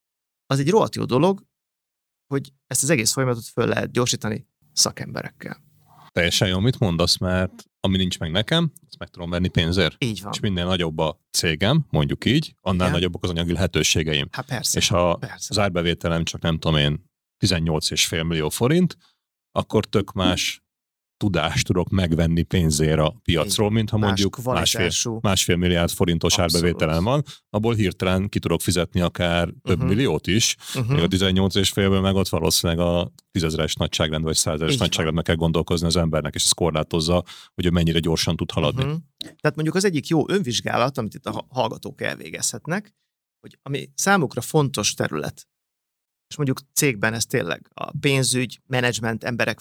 az egy rohadt jó dolog, hogy ezt az egész folyamatot föl lehet gyorsítani szakemberekkel. Teljesen jó, mit mondasz, mert ami nincs meg nekem, azt meg tudom venni pénzért. Így van. És minél nagyobb a cégem, mondjuk így, annál igen. nagyobbak az anyagi lehetőségeim. Hát persze. És ha persze. az árbevételem csak nem tudom én tizennyolc egész öt millió forint, akkor tök más tudást tudok megvenni pénzért a piacról, mint ha mondjuk másfél, másfél milliárd forintos abszolút. Árbevételem van, abból hirtelen ki tudok fizetni akár több uh-huh. milliót is, uh-huh. még a tizennyolc és félből meg ott valószínűleg a tízezeres nagyságrend vagy százezeres nagyságrendben kell gondolkozni az embernek, és ez korlátozza, hogy ő mennyire gyorsan tud haladni. Uh-huh. Tehát mondjuk az egyik jó önvizsgálat, amit itt a hallgatók elvégezhetnek, hogy ami számukra fontos terület, és mondjuk cégben ez tényleg a pénzügy, menedzsment, emberek,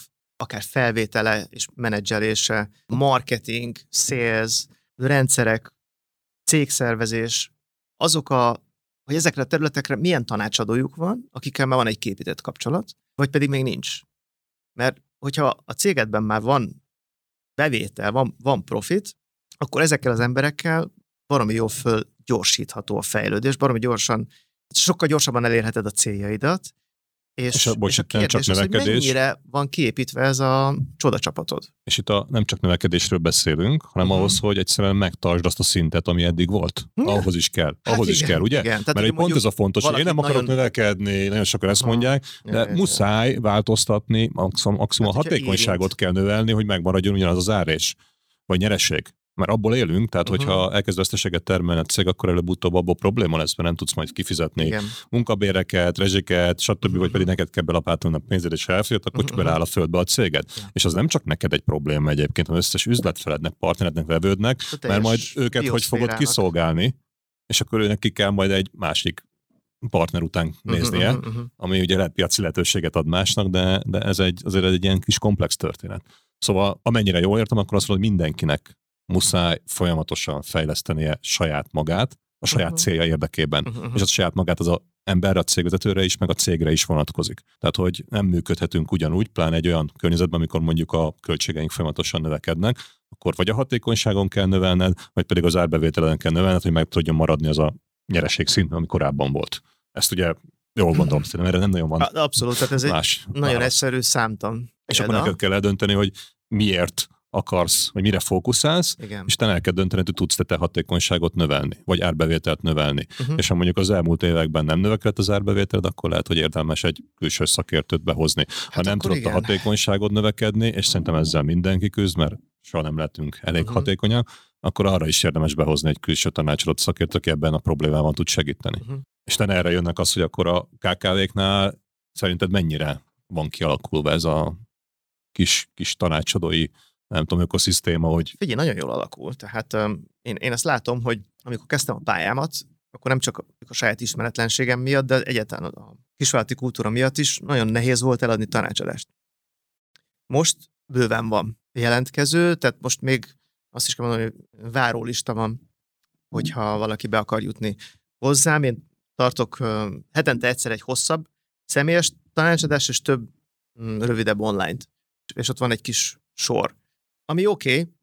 akár felvétele és menedzselése, marketing, sales, rendszerek, cégszervezés, azok a, hogy ezekre a területekre milyen tanácsadójuk van, akikkel már van egy képített kapcsolat, vagy pedig még nincs. Mert hogyha a cégedben már van bevétel, van, van profit, akkor ezekkel az emberekkel baromi jól fölgyorsítható a fejlődés, baromi gyorsan, sokkal gyorsabban elérheted a céljaidat, és, és, a, bocs, és a kérdés az, hogy mennyire van kiépítve ez a csodacsapatod. És itt a, nem csak növekedésről beszélünk, hanem uh-huh. ahhoz, hogy egyszerűen megtartsd azt a szintet, ami eddig volt. Ja. Ahhoz is kell. Hát ahhoz igen, is kell, ugye? Igen. Tehát, mert egy pont ez a fontos, hogy én nem akarok nagyon... növekedni, nagyon sokan ezt mondják, de ja, muszáj ja. változtatni, maximum, maximum hát, a hatékonyságot érint. Kell növelni, hogy megmaradjon ugyanaz az árés, vagy nyereség. Mert abból élünk, tehát uh-huh. hogyha elkezd veszteséget termelni a cég, akkor előbb-utóbb abból probléma lesz, mert nem tudsz majd kifizetni igen. munkabéreket, rezsiket, stb., uh-huh. vagy pedig neked kell belapátolni a pénzed és elfért, akkor uh-huh. beleáll a földbe a céged. Uh-huh. És az nem csak neked egy probléma egyébként, hanem összes üzletfelednek, partnerednek, vevődnek, mert majd őket hogy fogod kiszolgálni, és akkor őnek ki kell majd egy másik partner után néznie, uh-huh, uh-huh. ami ugye lehet piaci lehetőséget ad másnak, de, de ez egy, azért egy ilyen kis komplex történet. Szóval amennyire jól értem, akkor azt mondom, hogy mindenkinek muszáj folyamatosan fejlesztenie saját magát, a saját uh-huh. célja érdekében. Uh-huh. És az saját magát az a emberre, a cégvezetőre is, meg a cégre is vonatkozik. Tehát, hogy nem működhetünk ugyanúgy, pláne egy olyan környezetben, amikor mondjuk a költségeink folyamatosan növekednek, akkor vagy a hatékonyságon kell növelned, vagy pedig az árbevételen kell növelned, hogy meg tudjon maradni az a nyereség szint, ami korábban volt. Ezt ugye jól gondolom, szerintem erre nem nagyon van. Abszolút, tehát ez más egy nagyon válasz. Egyszerű számtan. És akkor neked kell eldönteni, hogy miért akarsz, vagy mire fókuszálsz, igen. és te el kell dönteni, hogy tudsz te hatékonyságot növelni, vagy árbevételt növelni. Uh-huh. És ha mondjuk az elmúlt években nem növekedett az árbevételed, akkor lehet, hogy érdemes egy külső szakértőt behozni. Hát ha nem tudod igen. a hatékonyságot növekedni, és szerintem ezzel mindenki küzd, mert soha nem lehetünk elég uh-huh. hatékonyak, akkor arra is érdemes behozni egy külső tanácsadót szakértőt, aki ebben a problémában tud segíteni. Uh-huh. És te erre jönnek az, hogy akkor a ká ká véknál szerinted mennyire van kialakulva ez a kis, kis tanácsadói nem tudom, ökoszisztéma, hogy... Figyelj, nagyon jól alakul. Tehát um, én, én azt látom, hogy amikor kezdtem a pályámat, akkor nem csak a, a saját ismeretlenségem miatt, de egyáltalán a kisvállalati kultúra miatt is nagyon nehéz volt eladni tanácsadást. Most bőven van jelentkező, tehát most még azt is kell mondani, hogy várólista van, hogyha valaki be akar jutni hozzám. Én tartok uh, hetente egyszer egy hosszabb személyes tanácsadást, és több um, rövidebb online-t. És ott van egy kis sor. Ami oké, okay,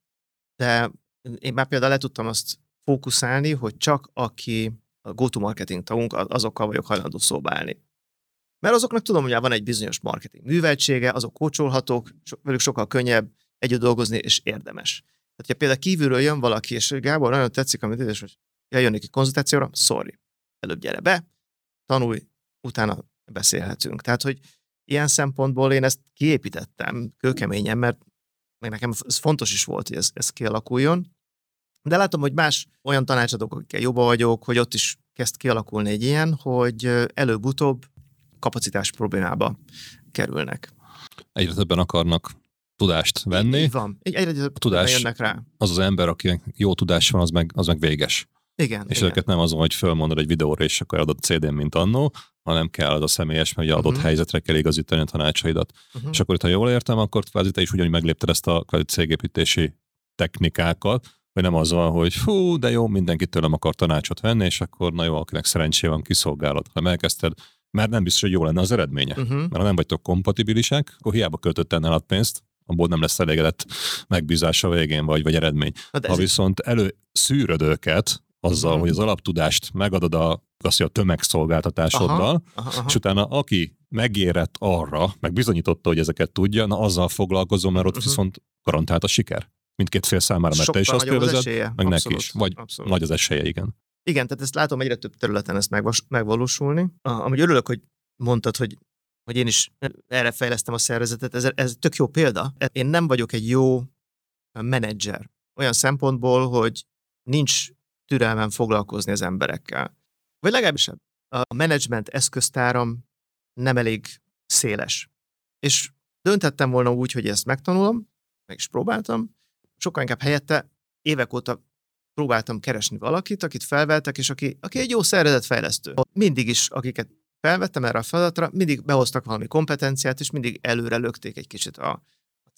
de én már például le tudtam azt fókuszálni, hogy csak aki a go-to-marketing tagunk, azokkal vagyok hajlandó szóba állni. Mert azoknak tudom, hogy van egy bizonyos marketing műveltsége, azok kócsolhatók, velük sokkal könnyebb együtt dolgozni, és érdemes. Tehát, ha például kívülről jön valaki, és Gábor, nagyon tetszik, amit és hogy eljönnék egy konzultációra, sorry, előbb gyere be, tanulj, utána beszélhetünk. Tehát, hogy ilyen szempontból én ezt kiépítettem kőkeményen, mert meg nekem ez fontos is volt, hogy ez, ez kialakuljon. De látom, hogy más olyan tanácsadók, akikkel jobban vagyok, hogy ott is kezd kialakulni egy ilyen, hogy előbb-utóbb kapacitás problémába kerülnek. Egyre többen akarnak tudást venni. Így van. Egyre többen jönnek rá. Az az ember, akinek jó tudás van, az meg, az meg véges. Igen. És igen. ezeket nem azon, hogy fölmondod egy videóra, és akkor adott cé dén, mint annó, hanem kell az a személyes, mert adott uh-huh. helyzetre kell igazítani a tanácsaidat. Uh-huh. És akkor itt, ha jól értem, akkor kvázi te is ugyanúgy meglépted ezt a kvázi cégépítési technikákat, hogy nem az van, hogy hú, de jó, mindenki tőlem akar tanácsot venni, és akkor na jó, akinek szerencsé van, kiszolgálod. Ha elkezdted, mert nem biztos, hogy jó lenne az eredménye. Uh-huh. Mert ha nem vagytok kompatibilisek, akkor hiába költött ennél a pénzt, abból nem lesz elégedett megbízása végén vagy, vagy eredmény. Ha viszont előszűröd őket, azzal, uh-huh. hogy az alaptudást megadod a, azt, a tömegszolgáltatásoddal, aha, aha, aha. és utána aki megérett arra, meg bizonyította, hogy ezeket tudja, na azzal foglalkozom, mert ott uh-huh. viszont garantált a siker. Mindkét fél számára, mert te is azt élvezed, meg abszolút, neki is. Vagy abszolút. Nagy az esélye, igen. Igen, tehát ezt látom egyre több területen ezt megvas, megvalósulni. Amúgy örülök, hogy mondtad, hogy, hogy én is erre fejlesztem a szervezetet. Ez, ez tök jó példa. Én nem vagyok egy jó menedzser. Olyan szempontból, hogy nincs türelmem foglalkozni az emberekkel. Vagy legalábbis a menedzsment eszköztáram nem elég széles. És döntettem volna úgy, hogy ezt megtanulom, meg is próbáltam, sokkal inkább helyette évek óta próbáltam keresni valakit, akit felvettek, és aki, aki egy jó szervezetfejlesztő. Mindig is, akiket felvettem erre a feladatra, mindig behoztak valami kompetenciát, és mindig előre lökték egy kicsit a,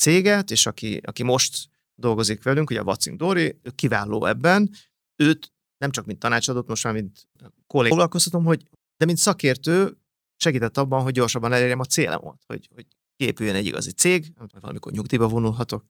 céget, és aki, aki most dolgozik velünk, ugye a Vacink Dóri, ő kiváló ebben, őt nem csak mint tanácsadót, most már mint kollégát foglalkoztatom, hogy, de mint szakértő segített abban, hogy gyorsabban elérjem a célomat, hogy, hogy kiépüljön egy igazi cég, amit valamikor nyugdíjba vonulhatok,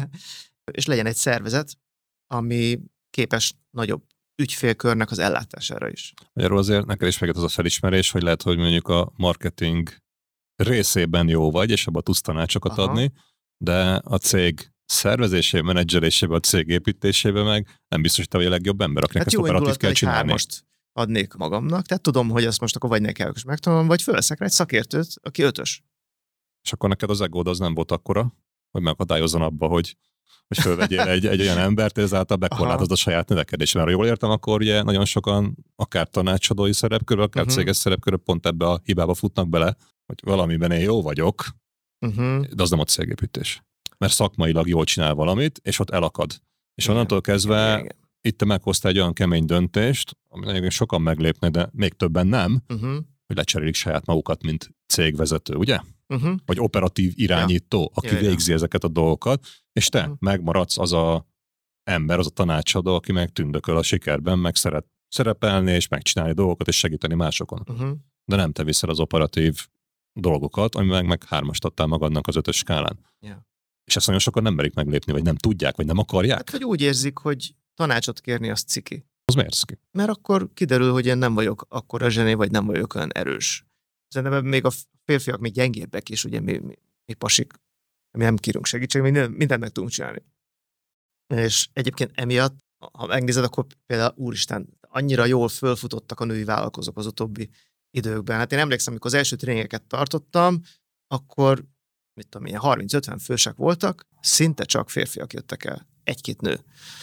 és legyen egy szervezet, ami képes nagyobb ügyfélkörnek az ellátására is. Magyarul azért neked is megjött az a felismerés, hogy lehet, hogy mondjuk a marketing részében jó vagy, és abban tudsz tanácsokat Aha. adni, de a cég szervezésében, menedzselésében, a cég építésében meg nem biztos, hogy a legjobb ember, akinek hát ezt operatív kell csinálni. Most adnék magamnak, tehát tudom, hogy ezt most akkor vagy nekem is megtanulom, vagy fölveszek rá egy szakértőt, aki ötös. És akkor neked az egód az nem volt akkora, hogy megakadályozzon abba, hogy, hogy fölvegyél egy, egy olyan embert, és ezáltal bekorlátozod a saját növekedésben. Mert ha jól értem, akkor ugye nagyon sokan akár tanácsadói szerepkörül, akár uh-huh. céges szerepkörül pont ebbe a hibába futnak bele, hogy valamiben én jó vagyok, uh-huh. de az nem a cégépítés. Mert szakmailag jól csinál valamit, és ott elakad. És igen. onnantól kezdve igen, igen. itt te meghoztál egy olyan kemény döntést, ami nagyon sokan meglépnek, de még többen nem, uh-huh. hogy lecserélik saját magukat, mint cégvezető, ugye? Uh-huh. Vagy operatív irányító, ja. aki ja, végzi ja. ezeket a dolgokat, és te uh-huh. megmaradsz az a ember, az a tanácsadó, aki meg tündököl a sikerben, meg szeret szerepelni, és megcsinálni dolgokat, és segíteni másokon. Uh-huh. De nem te viszel az operatív dolgokat, ami meg, meg hármast adtál magadnak az ötös skálán. Yeah. És ezt nagyon sokan nem merik meglépni, vagy nem tudják, vagy nem akarják. Hát, vagy úgy érzik, hogy tanácsot kérni, az ciki. Az miért ciki? Mert akkor kiderül, hogy én nem vagyok akkora zseni, vagy nem vagyok olyan erős. Szerintem még a férfiak még gyengébbek is, ugye mi, mi, mi pasik, mi nem kérünk segítséget, mi mindent meg tudunk csinálni. És egyébként emiatt, ha megnézed, akkor például úristen, annyira jól fölfutottak a női vállalkozók az utóbbi időkben. Hát én emlékszem, amikor az első tréningeket tartottam, akkor mit tudom én, harminc-ötven fősek voltak, szinte csak férfiak jöttek el. Egy-két nő.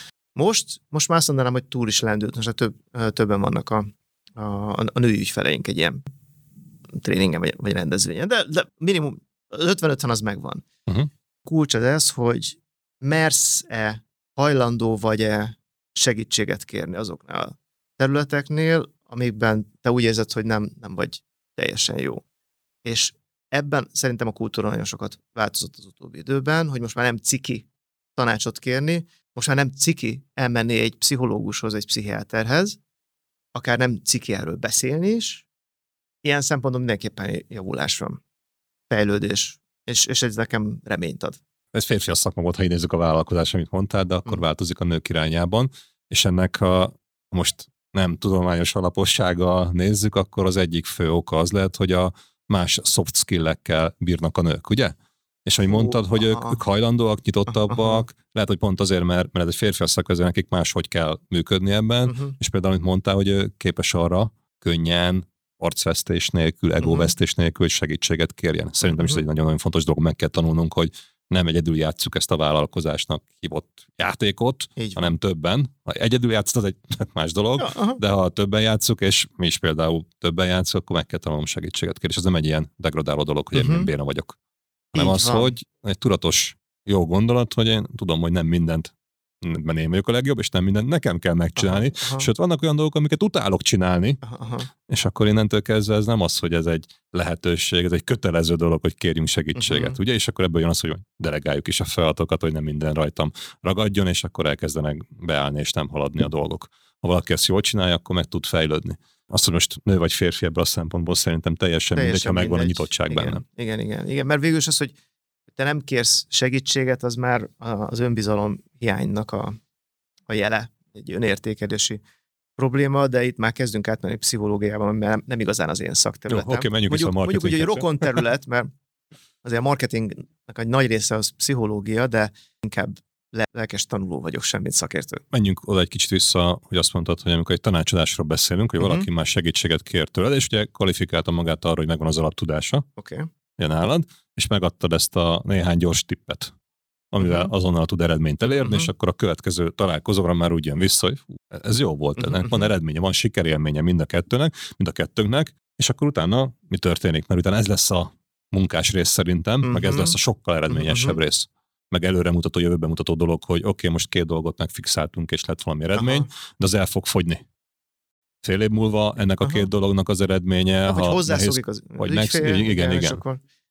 Most, most már azt mondanám, hogy túl is lendült, most több, többen vannak a, a, a női ügyfeleink egy ilyen tréningen vagy, vagy rendezvényen. De, de minimum ötven-ötven az megvan. Uh-huh. Kulcs az ez, hogy mersz-e, hajlandó vagy-e segítséget kérni azoknál a területeknél, amikben te úgy érzed, hogy nem, nem vagy teljesen jó. És ebben szerintem a kultúra nagyon sokat változott az utóbbi időben, hogy most már nem ciki tanácsot kérni, most már nem ciki elmenni egy pszichológushoz, egy pszichiáterhez, akár nem ciki erről beszélni is. Ilyen szempontból mindenképpen javulás van, fejlődés, és, és ez nekem reményt ad. Ez férfi a szakma volt, ha így nézzük a vállalkozás, amit mondtál, de akkor mm. változik a nők irányában, és ennek a most nem tudományos alapossággal nézzük, akkor az egyik fő oka az lehet, hogy a más soft skill-ekkel bírnak a nők, ugye? És ahogy mondtad, hogy ők, ők hajlandóak, nyitottabbak, lehet, hogy pont azért, mert, mert ez egy férfi szakvezető, nekik máshogy kell működni ebben, uh-huh. és például, amit mondtál, hogy ő képes arra könnyen, arcvesztés nélkül, egóvesztés nélkül, hogy segítséget kérjen. Szerintem uh-huh. is ez egy nagyon-nagyon fontos dolog, meg kell tanulnunk, hogy nem egyedül játsszuk ezt a vállalkozásnak hívott játékot, hanem többen. Ha egyedül játszod, az egy más dolog, ja, de ha többen játszuk, és mi is például többen játszunk, akkor meg kell tanulnom segítséget kérni. És ez nem egy ilyen degradáló dolog, hogy uh-huh. én béna vagyok. Hanem így az, van. Hogy egy tudatos jó gondolat, hogy én tudom, hogy nem mindent ben én vagyok a legjobb, és nem mindent nekem kell megcsinálni. Aha, aha. Sőt, vannak olyan dolgok, amiket utálok csinálni, aha, aha. és akkor innentől kezdve ez nem az, hogy ez egy lehetőség, ez egy kötelező dolog, hogy kérjünk segítséget, uh-huh. ugye? És akkor ebből jön az, hogy delegáljuk is a feladatokat, hogy nem minden rajtam ragadjon, és akkor elkezdenek beállni, és nem haladni a dolgok. Ha valaki ezt jól csinálja, akkor meg tud fejlődni. Azt, hogy most nő vagy férfi ebből a szempontból szerintem teljesen, teljesen mindegy, ha megvan mindegy. A nyitottság igen, benne. Igen, igen, igen, mert végül is az, hogy te nem kérsz segítséget, az már az önbizalom hiánynak a, a jele, egy önértékelési probléma, de itt már kezdünk átmenni pszichológiában, mert nem, nem igazán az én szakterületem. Oké, okay, menjünk mondjuk, vissza a marketing. Mondjuk, hogy egy rokon terület, mert azért a marketingnek egy nagy része az pszichológia, de inkább lelkes tanuló vagyok, semmit szakértő. Menjünk oda egy kicsit vissza, hogy azt mondtad, hogy amikor egy tanácsadásról beszélünk, hogy uh-huh. valaki már segítséget kér tőled, és ugye kvalifikálta magát arra, hogy megvan az alaptudása. Oké. Okay. Nálad, és megadtad ezt a néhány gyors tippet, amivel uh-huh. azonnal tud eredményt elérni, uh-huh. és akkor a következő találkozóra már úgy jön vissza, hogy fú, ez jó volt, uh-huh. ennek van eredménye, van sikerélménye mind a kettőnek, mind a kettőnknek, és akkor utána mi történik? Mert utána ez lesz a munkás rész szerintem, uh-huh. meg ez lesz a sokkal eredményesebb uh-huh. rész. Meg előremutató, jövőbe mutató dolog, hogy oké, okay, most két dolgot megfixáltunk, és lett valami eredmény, uh-huh. de az el fog fogyni. Fél év múlva ennek a két Aha. dolognak az eredménye, ha hozzászokik az vagy ügyfél, meg, igen, igen. igen. Akkor...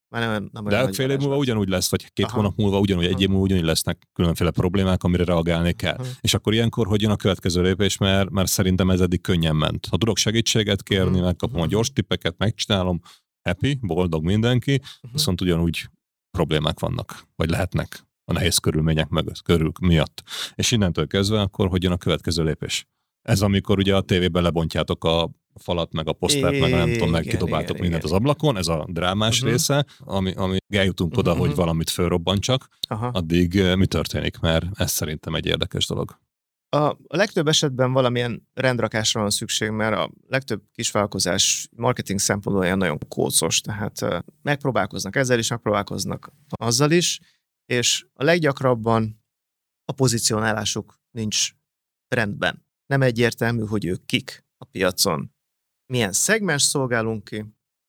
Már nem, nem De fél év múlva ugyanúgy lesz, vagy két Aha. hónap múlva ugyanúgy, egy év múlva ugyanúgy lesznek különféle problémák, amire reagálni kell. Aha. És akkor ilyenkor hogy jön a következő lépés, mert, mert szerintem ez eddig könnyen ment. Ha tudok segítséget kérni, Aha. megkapom Aha. a gyors tippeket, megcsinálom, happy, boldog mindenki, Aha. viszont ugyanúgy problémák vannak, vagy lehetnek a nehéz körülmények mögött, körül miatt. És innentől kezdve akkor hogy jön a következő lépés. Ez amikor ugye a tévében lebontjátok a falat, meg a posztert, é, meg a nem tudom, meg kidobáltok igen, mindent igen. az ablakon, ez a drámás uh-huh. része, ami, ami eljutunk oda, uh-huh. hogy valamit fölrobbantsak, Aha. addig mi történik, mert ez szerintem egy érdekes dolog. A, a legtöbb esetben valamilyen rendrakásra van szükség, mert a legtöbb kisvállalkozás marketing szempontból olyan nagyon kócos, tehát uh, megpróbálkoznak ezzel is, megpróbálkoznak azzal is, és a leggyakrabban a pozicionálásuk nincs rendben. Nem egyértelmű, hogy ők kik a piacon. Milyen szegmens szolgálunk ki,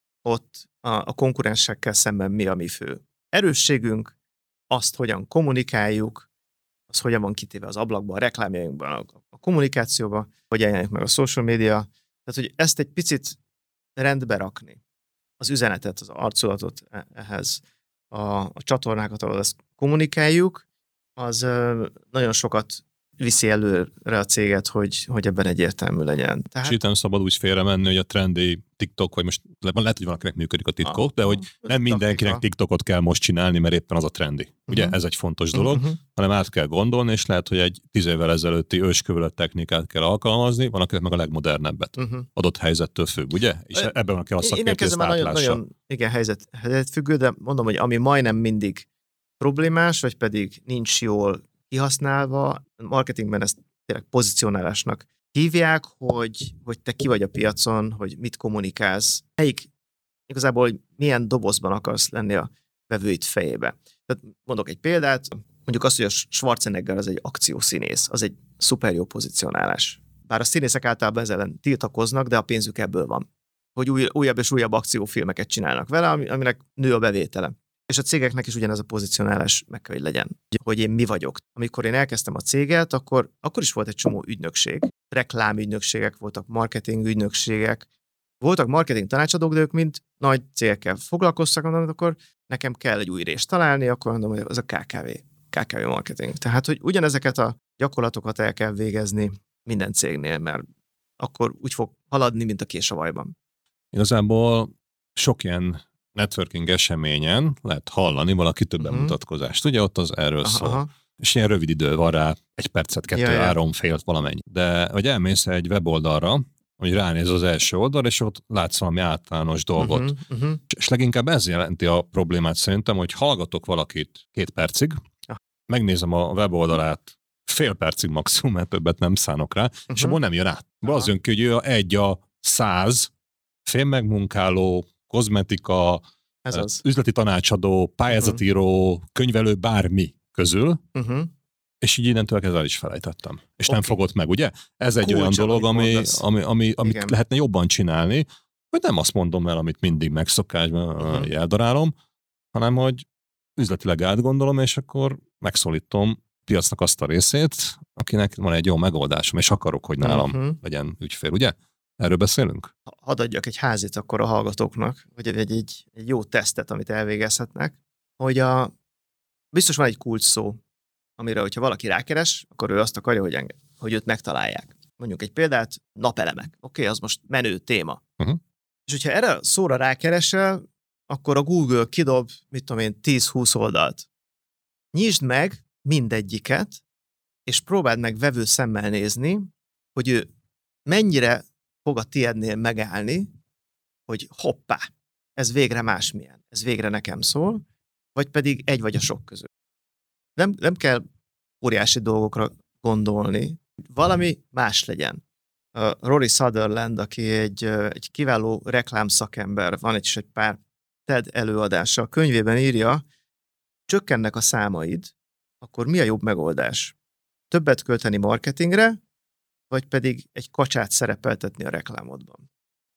ott a, a konkurensekkel szemben mi a mi fő erősségünk, azt hogyan kommunikáljuk, az hogyan van kitéve az ablakban, a reklámjainkban, a, a kommunikációban, hogy jelenik meg a social media. Tehát, hogy ezt egy picit rendbe rakni, az üzenetet, az arculatot ehhez, a, a csatornákat, ahol ezt kommunikáljuk, az ö, nagyon sokat viszi előre a céget, hogy, hogy ebben egyértelmű legyen. Tehát... És itt nem szabad úgy félre menni, hogy a trendi TikTok, vagy most lehet, hogy valakinek működik a TikTok, ah, de hogy nem mindenkinek TikTokot kell most csinálni, mert éppen az a trendi. Uh-huh. Ugye ez egy fontos dolog, uh-huh. hanem át kell gondolni, és lehet, hogy egy tíz évvel ezelőtti őskövület technikát kell alkalmazni, van akinek meg a legmodernebbet. Uh-huh. Adott helyzettől függ, ugye? És ebben kell a szakértőt nagyon, nagyon igen, helyzet, helyzet függő, de mondom, hogy ami majdnem mindig problémás, vagy pedig nincs jól kihasználva, marketingben ezt tényleg pozicionálásnak hívják, hogy, hogy te ki vagy a piacon, hogy mit kommunikálsz, melyik igazából, hogy milyen dobozban akarsz lenni a vevőid fejébe. Tehát mondok egy példát, mondjuk azt, hogy a Schwarzenegger az egy akciószínész, az egy szuper jó pozicionálás. Bár a színészek általában ezzel ellen tiltakoznak, de a pénzük ebből van. Hogy új, újabb és újabb akciófilmeket csinálnak vele, aminek nő a bevétele. És a cégeknek is ugyanez a pozicionálás meg kell, hogy legyen, hogy én mi vagyok. Amikor én elkezdtem a céget, akkor, akkor is volt egy csomó ügynökség. Reklámügynökségek voltak, marketing ügynökségek. Voltak marketing tanácsadók, de ők mind nagy cégekkel foglalkoztak, mondom, akkor nekem kell egy új részt találni, akkor mondom, hogy az a ká ká vé, ká ká vé marketing. Tehát, hogy ugyanezeket a gyakorlatokat el kell végezni minden cégnél, mert akkor úgy fog haladni, mint a kés a vajban. Igazából sok ilyen networking eseményen lehet hallani valaki több uh-huh. bemutatkozást. Ugye ott az erről aha, szól. Aha. És ilyen rövid idő van rá, egy percet, kettő, ja, három, félt, valamennyi. De hogy elmész egy weboldalra, hogy ránéz az első oldal, és ott látsz valami általános dolgot. Uh-huh, uh-huh. És leginkább ez jelenti a problémát szerintem, hogy hallgatok valakit két percig, ah. megnézem a weboldalát fél percig maximum, mert többet nem szánok rá, uh-huh. és abból nem jön át. Az jön ki, hogy ő a egy a száz félmegmunkáló, kozmetika, ez az. Üzleti tanácsadó, pályázatíró, uh-huh. könyvelő, bármi közül, uh-huh. és így innentől kezdve el is felejtettem. És okay. nem fogott meg, ugye? Ez egy Kulcs, olyan dolog, ami, ami, ami, amit igen. lehetne jobban csinálni, hogy nem azt mondom el, amit mindig megszokásban uh-huh. eldarálom, hanem hogy üzletileg átgondolom, és akkor megszólítom piacnak azt a részét, akinek van egy jó megoldásom, és akarok, hogy nálam uh-huh. legyen ügyfél, ugye? Erről beszélünk? Hadd adjak egy házit akkor a hallgatóknak, vagy egy, egy, egy jó tesztet, amit elvégezhetnek, hogy a, biztos van egy kulcs szó, amire, hogyha valaki rákeres, akkor ő azt akarja, hogy, enged, hogy őt megtalálják. Mondjuk egy példát, napelemek. Oké, okay, az most menő téma. Uh-huh. És hogyha erre a szóra rákeresel, akkor a Google kidob, mit tudom én, tíz-húsz oldalt. Nyisd meg mindegyiket, és próbáld meg vevő szemmel nézni, hogy ő mennyire fog a tiédnél megállni, hogy hoppá, ez végre másmilyen, ez végre nekem szól, vagy pedig egy vagy a sok közül. Nem, nem kell óriási dolgokra gondolni, valami más legyen. Uh, Rory Sutherland, aki egy, uh, egy kiváló reklámszakember, van egy is egy pár TED előadása, a könyvében írja, csökkennek a számaid, akkor mi a jobb megoldás? Többet költeni marketingre, vagy pedig egy kacsát szerepeltetni a reklámodban.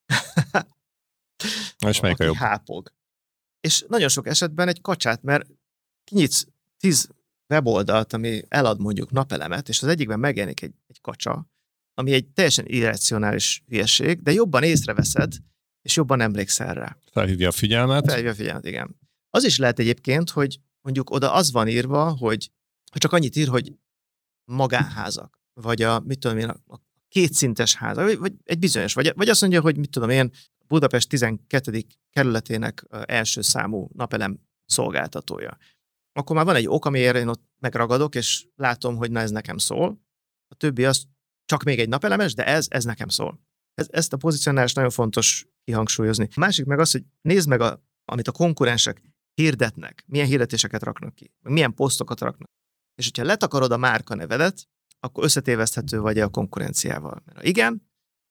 És melyik a jobb? Hápog. És nagyon sok esetben egy kacsát, mert kinyitsz tíz weboldalt, ami elad mondjuk napelemet, és az egyikben megjelenik egy, egy kacsa, ami egy teljesen irracionális hülyeség, de jobban észreveszed, és jobban emlékszel rá. Felhívja a figyelmet. Felhívja a figyelmet, igen. Az is lehet egyébként, hogy mondjuk oda az van írva, hogy, hogy csak annyit ír, hogy magánházak, vagy a, mit tudom én, a kétszintes házak, vagy, vagy egy bizonyos, vagy, vagy azt mondja, hogy mit tudom én, Budapest tizenkettedik kerületének első számú napelem szolgáltatója. Akkor már van egy ok, amiért én ott megragadok, és látom, hogy na ez nekem szól. A többi az csak még egy napelemes, de ez, ez nekem szól. Ez, ezt a pozicionálást nagyon fontos kihangsúlyozni. A másik meg az, hogy nézd meg, a, amit a konkurensek hirdetnek, milyen hirdetéseket raknak ki, milyen posztokat raknak. És hogyha letakarod a márka nevedet, akkor összetéveszthető vagy a konkurenciával. Mert ha igen,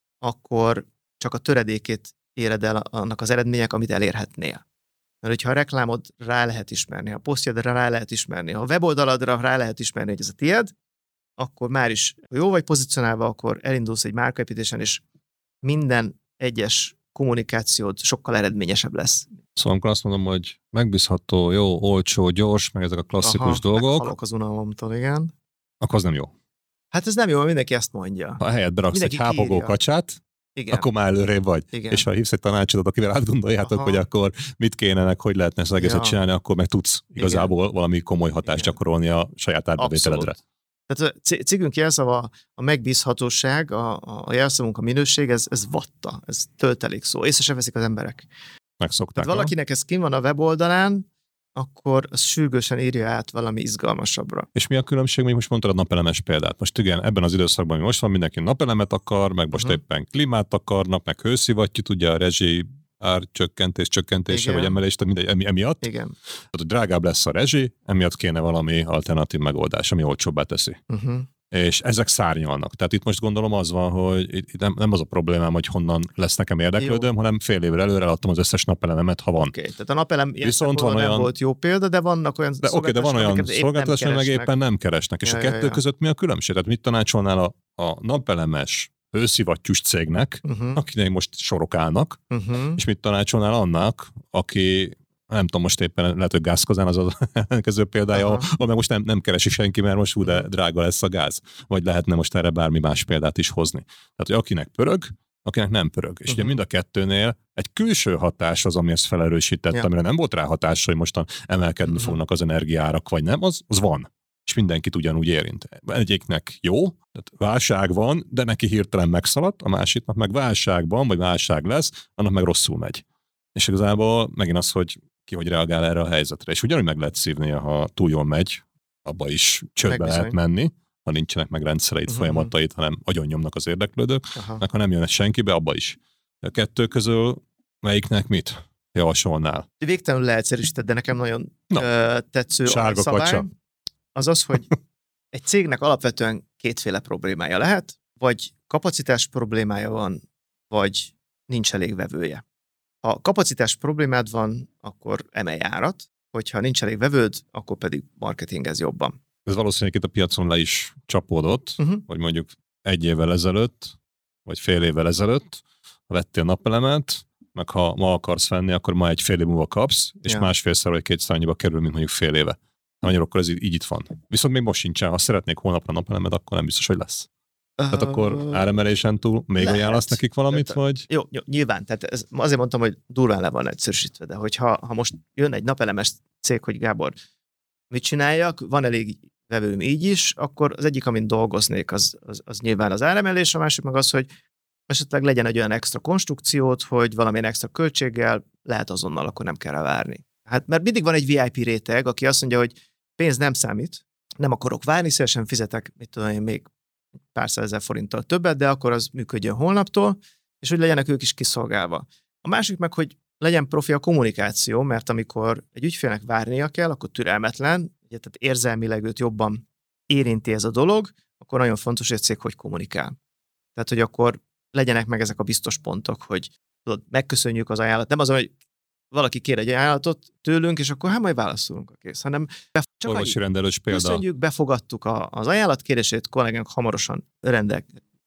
akkor csak a töredékét éred el annak az eredmények, amit elérhetnél. Mert hogyha a reklámod rá lehet ismerni, ha a posztjadra rá lehet ismerni, ha a weboldaladra rá lehet ismerni, hogy ez a tied, akkor már is, ha jó vagy pozícionálva, akkor elindulsz egy márkaépítésen, és minden egyes kommunikációd sokkal eredményesebb lesz. Szóval amikor azt mondom, hogy megbízható, jó, olcsó, gyors, meg ezek a klasszikus Aha, dolgok. Meghalok az unalomtól, igen. Akkor az nem jó. Hát ez nem jó, mindenki ezt mondja. Ha helyett beraksz Mindenki egy hápogó kírja. kacsát, Igen. akkor már előrébb vagy. Igen. És ha hívsz egy tanácsadót, akivel átgondoljátok, Aha. hogy akkor mit kéne, meg hogy lehetne ezt az egészet Ja. csinálni, akkor meg tudsz igazából Igen. valami komoly hatást Igen. gyakorolni a saját árbevételedre. Abszolút. Tehát a c- cégünk jelszava, a megbízhatóság, a, a jelszavunk, a minőség, ez, ez vatta, ez töltelék szó. Észre se veszik az emberek. Megszokták. Tehát valakinek ez kint van a weboldalán, akkor az sürgősen írja át valami izgalmasabbra. És mi a különbség, még most mondtad a napelemes példát. Most igen, ebben az időszakban, ami most van, mindenki napelemet akar, meg most Uh-huh. éppen klímát akarnak, meg hőszivattyút, ugye a rezsi árcsökkentés, csökkentése, Igen. vagy emelés, tehát mindegy, emi, emiatt. Igen. Tehát, hogy drágább lesz a rezsi, emiatt kéne valami alternatív megoldás, ami olcsóbbá teszi. Uh-huh. És ezek szárnyalnak. Tehát itt most gondolom az van, hogy itt nem, nem az a problémám, hogy honnan lesz nekem érdeklődőm, Jó. hanem fél évre előre eladtam az összes napelememet, ha van. Oké, okay. Tehát a napelem ilyen Viszont van nem olyan- volt jó példa, de vannak olyan De oké, de van olyan amiket épp nem szolgáltatás, ami meg keresnek. éppen nem keresnek. És Ja, a ja, kettő ja. között mi a különbség? Tehát mit tanácsolnál a, a napelemes hőszivattyús cégnek, Uh-huh. akinek most sorok állnak, Uh-huh. és mit tanácsolnál annak, aki nem tudom, most éppen lehet, hogy gázkozán az az ellenkező példája, Aha. ahol meg most nem, nem keresi senki, mert most hú, de drága lesz a gáz. Vagy lehetne most erre bármi más példát is hozni. Tehát, hogy akinek pörög, akinek nem pörög. És uh-huh. ugye mind a kettőnél egy külső hatás az, ami ezt felerősített, Ja. amire nem volt rá hatás, hogy mostan emelkedni Uh-huh. fognak az energiárak, vagy nem, az, az van. És mindenkit ugyanúgy érint. Egyiknek jó, tehát válság van, de neki hirtelen megszaladt, a másiknak meg válságban, vagy válság lesz, annak meg rosszul megy. És igazából megint az, hogy ki hogy reagál erre a helyzetre. És ugyanúgy meg lehet szívni, ha túl jól megy, abba is csődbe Meg lehet bizony. menni, ha nincsenek meg rendszereit, Uh-huh. folyamatait, hanem agyonnyomnak az érdeklődők, Aha. meg ha nem jön senkibe, abba is. A kettő közül melyiknek mit javasolnál? Végtelenül leegyszerűsített, de nekem nagyon Na. ö, tetsző Sárga szabály, kacsa. az az, hogy egy cégnek alapvetően kétféle problémája lehet, vagy kapacitás problémája van, vagy nincs elég vevője. Ha kapacitás problémád van, akkor emelj árat, hogyha nincs elég vevőd, akkor pedig marketingez jobban. Ez valószínűleg itt a piacon le is csapódott, Uh-huh. hogy mondjuk egy évvel ezelőtt, vagy fél évvel ezelőtt vettél napelemet, meg ha ma akarsz venni, akkor ma egy fél év múlva kapsz, és Ja. másfélszer vagy kétszer annyiba kerül, mint mondjuk fél éve. Magyarokkal ez így, így itt van. Viszont még most sincsen, ha szeretnék holnapra napelemet, akkor nem biztos, hogy lesz. Tehát akkor áremelésen túl még lehet. ajánlasz nekik valamit, Tehát- vagy? Jó, jó, nyilván, tehát ez, azért mondtam, hogy durván le van egyszerűsítve, de hogyha ha most jön egy napelemes cég, hogy Gábor, mit csináljak, van elég vevőm így is, akkor az egyik, amin dolgoznék, az, az, az nyilván az áremelés, a másik meg az, hogy esetleg legyen egy olyan extra konstrukciót, hogy valamilyen extra költséggel lehet azonnal, akkor nem kell rá várni. Hát mert mindig van egy vé i pé réteg, aki azt mondja, hogy pénz nem számít, nem akarok várni, szívesen fizetek, mit tudom én, még pár százezer forinttal többet, de akkor az működjön holnaptól, és hogy legyenek ők is kiszolgálva. A másik meg, hogy legyen profi a kommunikáció, mert amikor egy ügyfélnek várnia kell, akkor türelmetlen, ugye, tehát érzelmileg őt jobban érinti ez a dolog, akkor nagyon fontos, hogy egy cég hogy kommunikál. Tehát, hogy akkor legyenek meg ezek a biztos pontok, hogy tudod, megköszönjük az ajánlatot. Nem az, hogy valaki kér egy ajánlatot tőlünk, és akkor hát majd válaszolunk a kész, hanem bef- csak Orvosi annyi. rendelős példa. Köszönjük, befogadtuk a, az ajánlatkérését, kollégánk hamarosan rendel,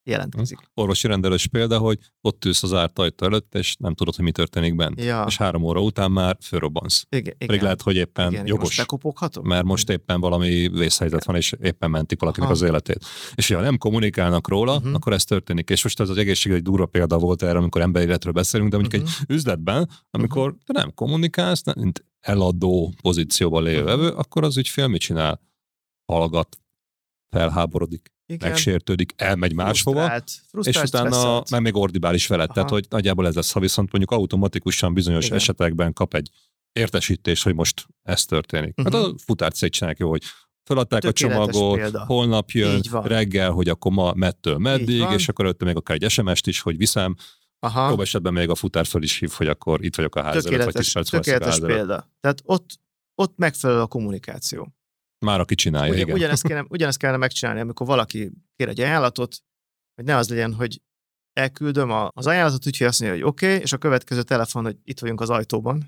jelentkezik. Orvosi rendelős példa, hogy ott ülsz az zárt ajtó előtt, és nem tudod, hogy mi történik bent. Ja. És három óra után már fölrobbansz. Igen, Pedig lehet, hogy éppen igen, jogos. Most mert most éppen valami vészhelyzet van, és éppen mentik valakinek Aha. az életét. És ha nem kommunikálnak róla, uh-huh. akkor ez történik. És most ez az egészség egy durva példa volt erre, amikor emberi életről beszélünk, de mondjuk uh-huh. egy üzletben, amikor uh-huh. te nem kommunikálsz, mint eladó pozícióban lévő, uh-huh. akkor az ügyfél mit csinál? Hallgat, felháborodik. Igen. Megsértődik, elmegy máshova, frusztrált, frusztrált, és utána meg még ordibál is veled. Tehát, hogy nagyjából ez lesz, ha viszont mondjuk automatikusan bizonyos Igen. esetekben kap egy értesítés, hogy most ez történik. Uh-huh. Hát a futárcég csinálják jó, hogy feladták Tökéletes a csomagot, példa. Holnap jön, reggel, hogy akkor ma mettől meddig, és akkor előtte még akár egy es em est is, hogy viszem. Aha. Jobb esetben még a futár föl is hív, hogy akkor itt vagyok a ház előtt, vagy tismerc Tökéletes példa. Tehát ott, ott megfelel a kommunikáció. Már aki csinálja, Ugyan, igen. Ugyanezt, kéne, ugyanezt kellene megcsinálni, amikor valaki kér egy ajánlatot, hogy ne az legyen, hogy elküldöm a, az ajánlatot, úgyhogy azt mondja, hogy oké, okay, és a következő telefon, hogy itt vagyunk az ajtóban.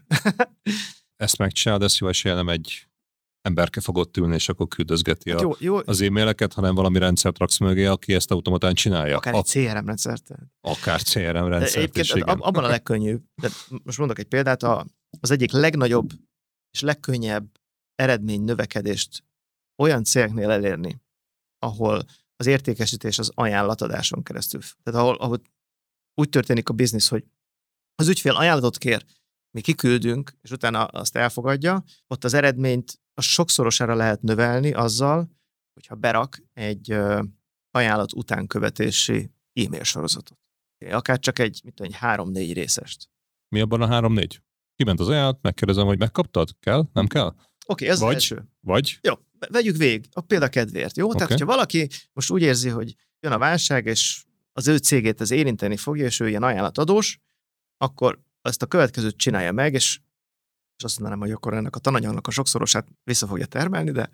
Ezt megcsinálod, ezt jó esélye nem egy emberke fog ott ülni, és akkor küldözgeti hát jó, jó. az e-maileket, hanem valami rendszert raksz mögé, aki ezt automatán csinálja. Akár egy cé er em rendszert. Akár cé er em rendszert. Egyébként is, igen. Abban a legkönnyűbb. De most mondok egy példát, a, az egyik legnagyobb és legkönnyebb eredmény növekedést olyan cégeknél elérni, ahol az értékesítés az ajánlatadáson keresztül. Tehát ahol, ahol úgy történik a biznisz, hogy az ügyfél ajánlatot kér, mi kiküldünk, és utána azt elfogadja, ott az eredményt a sokszorosára lehet növelni azzal, hogyha berak egy uh, ajánlat utánkövetési e-mail sorozatot. Akár csak egy, mit tudom, egy három-négy részest. Mi abban a három-négy? Kiment az ajánlat, megkérdezem, hogy megkaptad? Kell? Nem kell? Oké, okay, ez vagy, az első. Vagy? Jó, vegyük végig, a példa kedvéért, jó? Okay. Tehát, hogyha valaki most úgy érzi, hogy jön a válság, és az ő cégét ez érinteni fogja, és ő ilyen ajánlatadós, akkor ezt a következőt csinálja meg, és, és azt mondanám, hogy akkor ennek a tananyagnak a sokszorosát vissza fogja termelni, de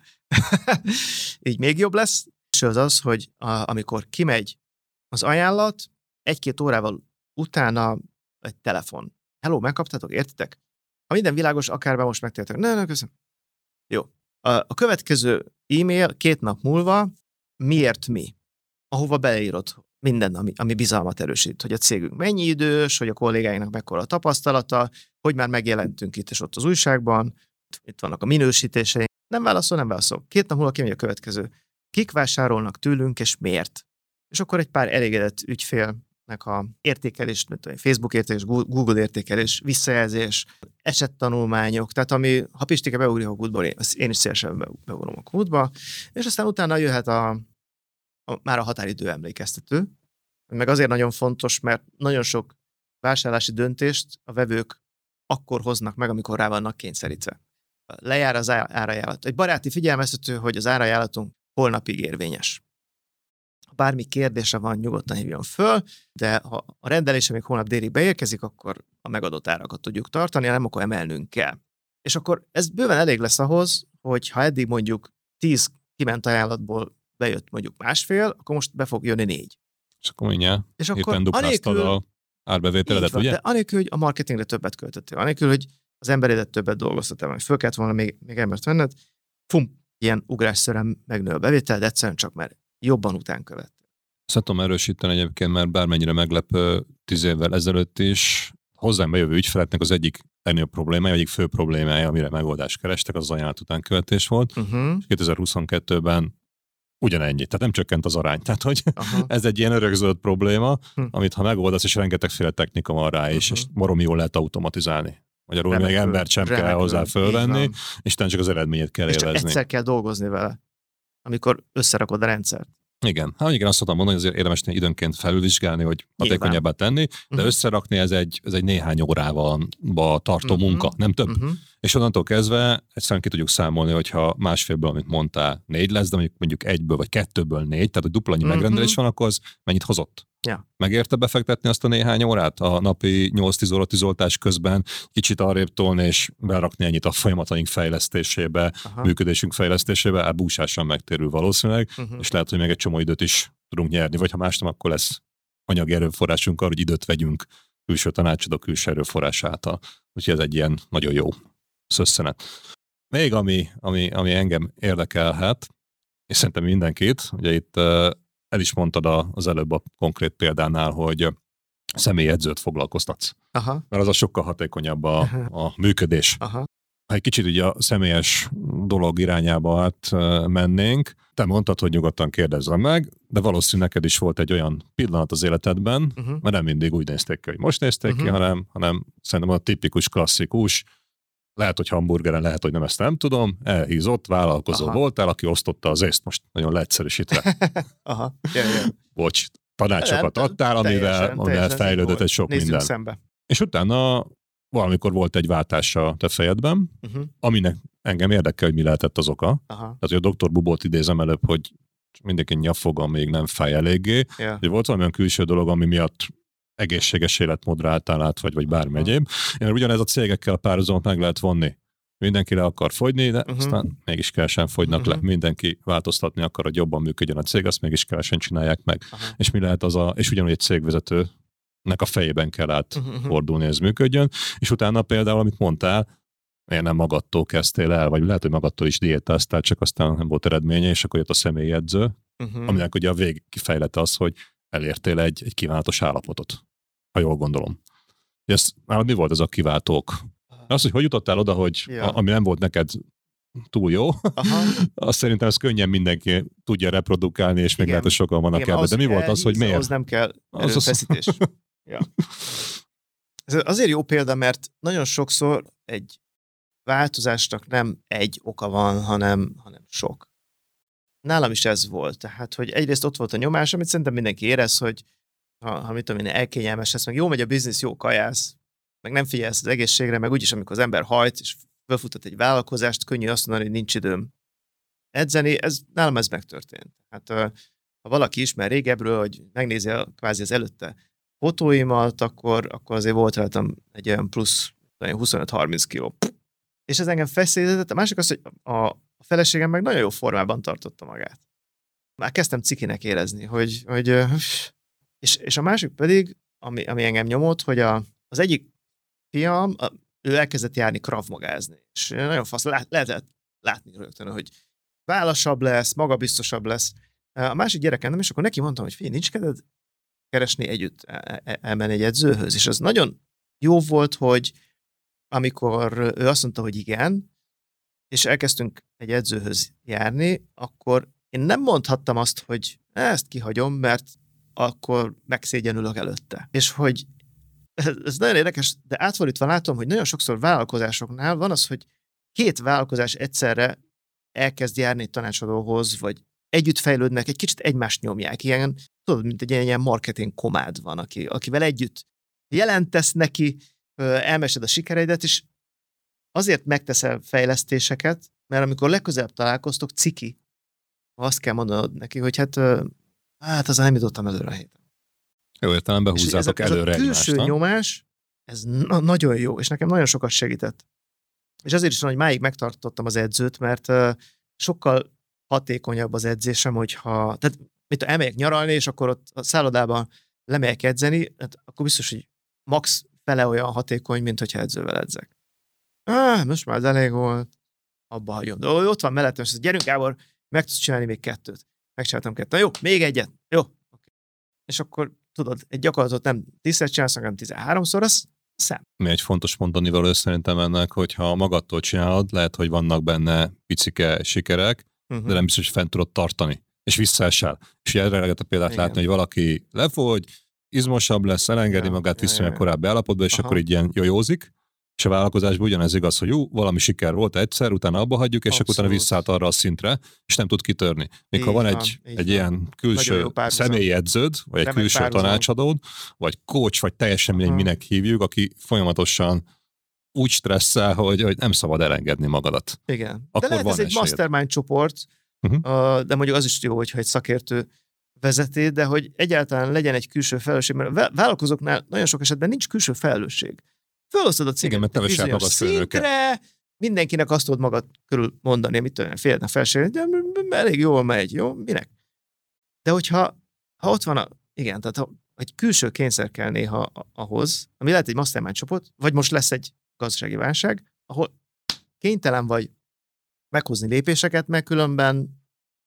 így még jobb lesz. És az az, hogy a, amikor kimegy az ajánlat, egy-két órával utána egy telefon. Hello, megkaptátok? Értitek? Ha minden világos, akárben most megtértek. Ne, ne, köszönöm. Jó. A, a következő e-mail két nap múlva miért mi? Ahova beleírod minden, ami, ami bizalmat erősít, hogy a cégünk mennyi idős, hogy a kollégáinak mekkora a tapasztalata, hogy már megjelentünk itt és ott az újságban, itt vannak a minősítései. Nem válaszol, nem válaszol. Két nap múlva kimegy a következő. Kik vásárolnak tőlünk, és miért? És akkor egy pár elégedett ügyfélnek a értékelés, Facebook értékelés, Google értékelés, visszajelzés, esettanulmányok, tehát ami, ha Pistike beugrik a kútból, én is szélesen beugrom a kútba, és aztán utána jöhet a, a, már a határidő emlékeztető, meg azért nagyon fontos, mert nagyon sok vásárlási döntést a vevők akkor hoznak meg, amikor rá vannak kényszerítve. Lejár az árajánlat. Egy baráti figyelmeztető, hogy az árajánlatunk holnapig érvényes. Ha bármi kérdése van, nyugodtan hívjon föl, de ha a rendelése még holnap délig beérkezik, akkor a megadott árakat tudjuk tartani, nem akkor emelnünk kell. És akkor ez bőven elég lesz ahhoz, hogy ha eddig mondjuk tíz kiment ajánlatból bejött mondjuk másfél, akkor most be fog jönni négy. És akkor mindjárt és akkor dupláztad a árbevételedet, van, ugye? De anélkül, hogy a marketingre többet költöttél, anélkül, hogy az emberedet többet dolgoztatál, vagy föl kellett volna még, még embert venned, fum, ilyen ugrásszerűen megnő a bevétel, de egyszerűen csak már jobban után követ. Ezt tudom erősíteni egyébként, mert bármennyire meglepő tíz évvel ezelőtt is hozzám bejövő ügyfeleknek az egyik legnagyobb problémája, egyik fő problémája, amire megoldást kerestek, az az ajánlat utánkövetés volt. Uh-huh. kétezer-huszonkettőben ugyanennyi, tehát nem csökkent az arány. Tehát, hogy uh-huh. ez egy ilyen örökzöld probléma, uh-huh. amit ha megoldasz, és rengetegféle technika van rá, és, uh-huh. és baromi jól lehet automatizálni. Magyarul még embert sem remekül, kell hozzá fölvenni, és talán csak az eredményét kell és élvezni. És egyszer kell dolgozni vele, amikor összerakod a rendszert. Igen. Hát igen, azt szoktam mondani, hogy azért érdemes időnként felülvizsgálni, hogy hatékonyabbá tenni, de uh-huh. összerakni ez egy, ez egy néhány órával tartó uh-huh. munka, nem több. Uh-huh. És onnantól kezdve egyszerűen ki tudjuk számolni, hogyha másfélből, amit mondtál, négy lesz, de mondjuk, mondjuk egyből vagy kettőből négy, tehát hogy dupla annyi uh-huh. megrendelés van, akkor az mennyit hozott? Ja. Megérte befektetni azt a néhány órát a napi nyolc-tíz óra tűzoltás közben, kicsit arrébb tolni és berakni ennyit a folyamataink fejlesztésébe, aha. működésünk fejlesztésébe, hát búsásan megtérül valószínűleg, uh-huh. és lehet, hogy még egy csomó időt is tudunk nyerni, vagy ha más nem, akkor lesz anyagi erőforrásunk arra, hogy időt vegyünk külső tanácsadó, külső erőforrás által. Úgyhogy ez egy ilyen nagyon jó szösszenet. Még ami, ami, ami engem érdekelhet, és szerintem mindenkit, ugye itt el is mondtad az előbb a konkrét példánál, hogy személyedzőt foglalkoztatsz. Aha. Mert az a sokkal hatékonyabb a, a működés. Aha. Ha egy kicsit ugye a személyes dolog irányába át mennénk, te mondtad, hogy nyugodtan kérdezzem meg, de valószínűleg neked is volt egy olyan pillanat az életedben, uh-huh. mert nem mindig úgy nézték ki, hogy most nézték uh-huh. ki, hanem, hanem szerintem a tipikus, klasszikus, lehet, hogy hamburgeren, lehet, hogy nem, ezt nem tudom, elhízott, vállalkozó Aha. voltál, aki osztotta az észt, most nagyon leegyszerűsítve. Aha, jaj, jaj. Bocs, tanácsokat adtál, amivel, teljesen, amivel teljesen fejlődött egy sok Nézzünk minden. Szembe. És utána valamikor volt egy váltás a te fejedben, uh-huh. aminek engem érdekel, hogy mi lehetett az oka. Aha. Tehát, hogy a doktor Bubót idézem előbb, hogy mindenki nyafog, még nem fáj eléggé. Yeah. Hogy volt valami külső dolog, ami miatt egészséges életmódra álltál át, vagy, vagy bármi uh-huh. egyéb. Én ugyanez a cégekkel párhuzamot meg lehet vonni. Mindenki le akar fogyni, de uh-huh. aztán mégis kevesen fogynak uh-huh. le. Mindenki változtatni akar, hogy jobban működjön a cég, azt mégis kevesen csinálják meg. Uh-huh. És mi lehet az a, és ugyanúgy egy cégvezető nek a fejében kell átfordulni, uh-huh. ez működjön, és utána például, amit mondtál, miért nem magadtól kezdtél el, vagy lehet, hogy magadtól is diétáztál, csak aztán nem volt eredménye, és akkor jött a személyedző, uh-huh. aminek ugye a vég kifejlete az, hogy elértél egy, egy kívánatos állapotot, ha jól gondolom. Ez, nálad mi volt ez a kiváltók? Az, hogy hogy jutottál oda, hogy ja. a, ami nem volt neked túl jó, azt szerintem ez könnyen mindenki tudja reprodukálni, és még igen. lehet, hogy sokan vannak ebben. De mi volt az, hogy miért? Az nem kell erőfeszítés. Az... ja. Ez azért jó példa, mert nagyon sokszor egy változásnak nem egy oka van, hanem, hanem sok. Nálam is ez volt. Tehát, hogy egyrészt ott volt a nyomás, amit szerintem mindenki érez, hogy ha, ha mit tudom én, elkényelmes lesz, meg jó megy a biznisz, jó kajász, meg nem figyelsz az egészségre, meg úgyis, amikor az ember hajt, és felfutott egy vállalkozást, könnyű azt mondani, hogy nincs időm edzeni, ez, nálam ez megtörtént. Hát ha valaki ismer régebről, hogy megnézi a, kvázi az előtte fotóimat, akkor, akkor azért volt rajtam egy olyan plusz huszonöt-harminc kiló. És ez engem feszélyeztetett. A másik az, hogy a, a feleségem meg nagyon jó formában tartotta magát. Már kezdtem cikinek érezni, hogy, hogy és, és a másik pedig, ami, ami engem nyomott, hogy a, az egyik fiam, a, ő elkezdett járni kravmagázni, és nagyon fasz, lát, lehetett látni rögtön, hogy válassabb lesz, magabiztosabb lesz. A másik gyerekem nem, és akkor neki mondtam, hogy figyelj, nincs kedved keresni együtt, elmenni egy edzőhöz, és az nagyon jó volt, hogy amikor ő azt mondta, hogy igen, és elkezdtünk egy edzőhöz járni, akkor én nem mondhattam azt, hogy ezt kihagyom, mert akkor megszégyenülök előtte. És hogy ez nagyon érdekes, de átfordítva látom, hogy nagyon sokszor vállalkozásoknál van az, hogy két vállalkozás egyszerre elkezd járni egy tanácsadóhoz, vagy együtt fejlődnek, egy kicsit egymást nyomják. Ilyen, tudod, mint egy ilyen marketing komád van, aki, akivel együtt jelentesz neki, elmesed a sikereidet, és azért megteszel fejlesztéseket, mert amikor legközelebb találkoztok, ciki, azt kell mondanod neki, hogy hát, hát azon nem jutottam előre a héten. Jó értelemben húzzátok ez előre egymást. Ez a külső egymást, nyomás, ez na- nagyon jó, és nekem nagyon sokat segített. És azért is van, hogy máig megtartottam az edzőt, mert uh, sokkal hatékonyabb az edzésem, hogyha, tehát mit elmegyek nyaralni, és akkor ott a szállodában lemegyek edzeni, hát akkor biztos, hogy max fele olyan hatékony, mint hogyha edzővel edzek. Ah, most már az elég volt, abba hagyom. De ott van mellettem, és az, gyerünk Gábor, meg tudsz csinálni még kettőt. Megcsináltam kettőt. Na jó, még egyet. Jó. Okay. És akkor tudod, egy gyakorlatot nem tízszer csinálsz, hanem tizenháromszor, az szem. Mi egy fontos mondani való szerintem ennek, hogyha magadtól csinálod, lehet, hogy vannak benne picike sikerek, uh-huh. de nem biztos, hogy fent tudod tartani. És visszaesel. És erre lehet a példát igen. látni, hogy valaki lefogy, izmosabb lesz, elengedi ja, magát vissza ja, ja. a korábbi állapotba, és aha. akkor így ilyen jójózik. És a vállalkozásban ugyanez igaz, hogy jó, valami siker volt egyszer, utána abba hagyjuk, és abszolút. Akkor utána visszaállt arra a szintre, és nem tud kitörni. Még így ha van, van egy, egy ilyen külső személyi edződ, vagy egy remek külső párhuzam. Tanácsadód, vagy coach, vagy teljesen mindegy, minek hívjuk, aki folyamatosan úgy stresszel, hogy, hogy nem szabad elengedni magadat. Igen. Akkor de lehet ez egy esélyed. Mastermind csoport, uh-huh. de mondjuk az is jó, hogyha egy szakértő vezeti, de hogy egyáltalán legyen egy külső felelősség, mert a vállalkozóknál nagyon sok esetben nincs külső felelősség. Fölosztod a céget egy bizonyos szintre, mindenkinek azt tudod magad körül mondani, amit olyan félnek felségek, de elég jól megy, jó? Minek? De hogyha ha ott van a, igen, tehát ha egy külső kényszer kell néha ahhoz, ami lehet egy mastermind csoport, vagy most lesz egy gazdasági válság, ahol kénytelen vagy meghozni lépéseket, mert különben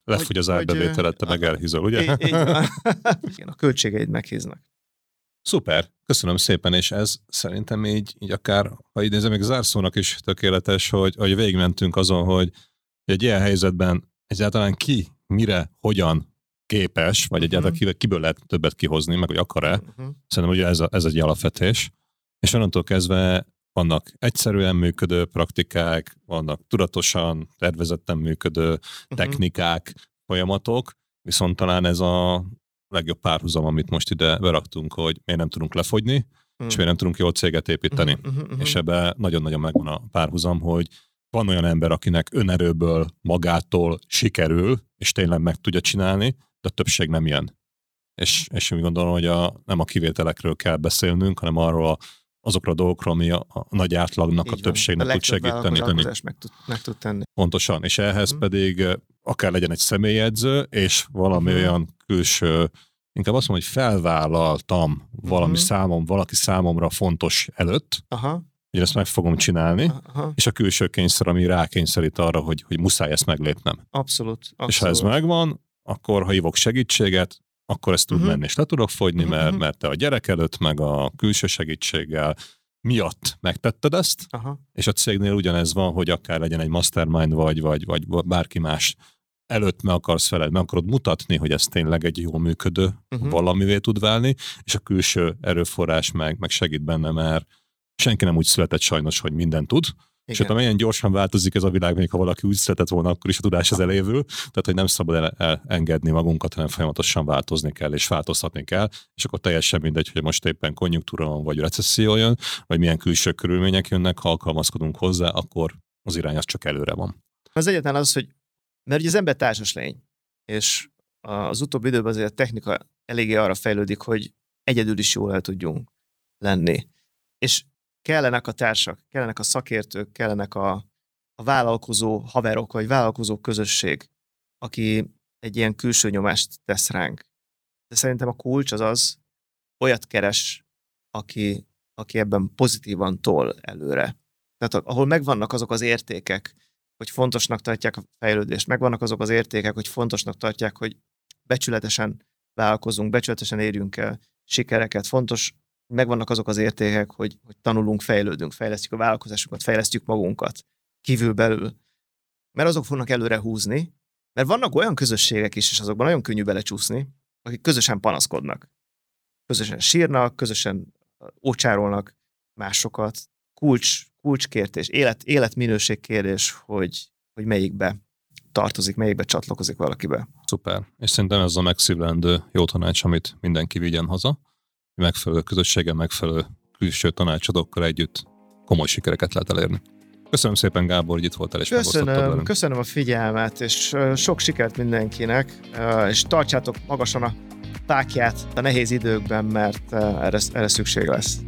lefogy az árbevételed, te meg elhízol, ugye? Így, így igen, a költségeid meghíznak. Szuper, köszönöm szépen, és ez szerintem így, így akár, ha idézem, még zárszónak is tökéletes, hogy, hogy végigmentünk azon, hogy egy ilyen helyzetben egyáltalán ki, mire, hogyan képes, vagy egyáltalán uh-huh. kiből lehet többet kihozni, meg hogy akar-e. Uh-huh. Szerintem ugye ez, a, ez egy alapvetés. És onnantól kezdve vannak egyszerűen működő praktikák, vannak tudatosan, tervezetten működő uh-huh. technikák, folyamatok, viszont talán ez a legjobb párhuzam, amit most ide beraktunk, hogy miért nem tudunk lefogyni, uh-huh. és miért nem tudunk jól céget építeni. Uh-huh. Uh-huh. És ebben nagyon-nagyon megvan a párhuzam, hogy van olyan ember, akinek önerőből, magától sikerül, és tényleg meg tudja csinálni, de a többség nem ilyen. És, és úgy gondolom, hogy a, nem a kivételekről kell beszélnünk, hanem arról a, azokról a dolgokról, ami a, a nagy átlagnak, így a többségnek tud segíteni. Meg tud, meg tud tenni. Pontosan, és ehhez hmm. pedig akár legyen egy személyedző, és valami hmm. olyan külső, inkább azt mondom, hogy felvállaltam valami hmm. számom, valaki számomra fontos előtt, aha. hogy ezt meg fogom csinálni, aha. és a külső kényszer, ami rákényszerít arra, hogy, hogy muszáj ezt meglépnem. Abszolút. abszolút. És ha ez megvan, akkor ha hívok segítséget, akkor ezt tud uh-huh. menni, és le tudok fogyni, uh-huh. mert, mert te a gyerek előtt, meg a külső segítséggel miatt megtetted ezt, uh-huh. és a cégnél ugyanez van, hogy akár legyen egy mastermind, vagy, vagy, vagy bárki más előtt meg akarsz feled, meg akarod mutatni, hogy ez tényleg egy jól működő uh-huh. valamivé tud válni, és a külső erőforrás meg, meg segít benne, mert senki nem úgy született sajnos, hogy mindent tud. Igen. És amilyen gyorsan változik ez a világ, még ha valaki úgy született volna, akkor is a tudás az elévül, tehát hogy nem szabad el, elengedni magunkat, hanem folyamatosan változni kell, és változtatni kell, és akkor teljesen mindegy, hogy most éppen konjunktúra van, vagy recesszió jön, vagy milyen külső körülmények jönnek, ha alkalmazkodunk hozzá, akkor az irány az csak előre van. Az egyetlen az, hogy mert ugye az ember társas lény, és az utóbbi időben azért a technika eléggé arra fejlődik, hogy egyedül is jól el tudjunk lenni. És kellenek a társak, kellenek a szakértők, kellenek a, a vállalkozó haverok, vagy vállalkozó közösség, aki egy ilyen külső nyomást tesz ránk. De szerintem a kulcs az az, olyat keres, aki, aki ebben pozitívan tol előre. Tehát ahol megvannak azok az értékek, hogy fontosnak tartják a fejlődést, megvannak azok az értékek, hogy fontosnak tartják, hogy becsületesen vállalkozunk, becsületesen érjünk el sikereket, fontos, megvannak azok az értékek, hogy, hogy tanulunk, fejlődünk, fejlesztjük a vállalkozásunkat, fejlesztjük magunkat, kívül-belül. Mert azok fognak előre húzni, mert vannak olyan közösségek is, és azokban nagyon könnyű belecsúszni, akik közösen panaszkodnak. Közösen sírnak, közösen ócsárolnak másokat. Kulcs, kulcskérdés, élet, életminőség kérdés, hogy, hogy melyikbe tartozik, melyikbe csatlakozik valakibe. Szuper. És szerintem ez a megszívlendő jó tanács, amit mindenki vigyen haza. Megfelelő közösséggel, megfelelő külső tanácsadókkal együtt komoly sikereket lehet elérni. Köszönöm szépen, Gábor, hogy itt voltál és megosztottad velünk. Köszönöm a figyelmet, és sok sikert mindenkinek, és tartsátok magasan a pákját a nehéz időkben, mert erre, erre szükség lesz.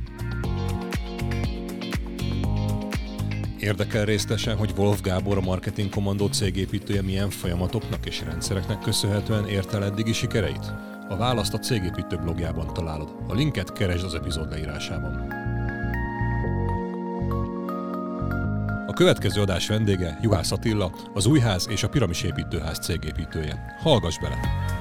Érdekel részletesen, hogy Wolf Gábor, a Marketing Commando cégépítője milyen folyamatoknak és rendszereknek köszönhetően ért el eddigi sikereit? A választ a Cégépítő blogjában találod. A linket keresd az epizód leírásában. A következő adás vendége Juhász Attila, az Újház és a Piramis Építőház cégépítője. Hallgass bele!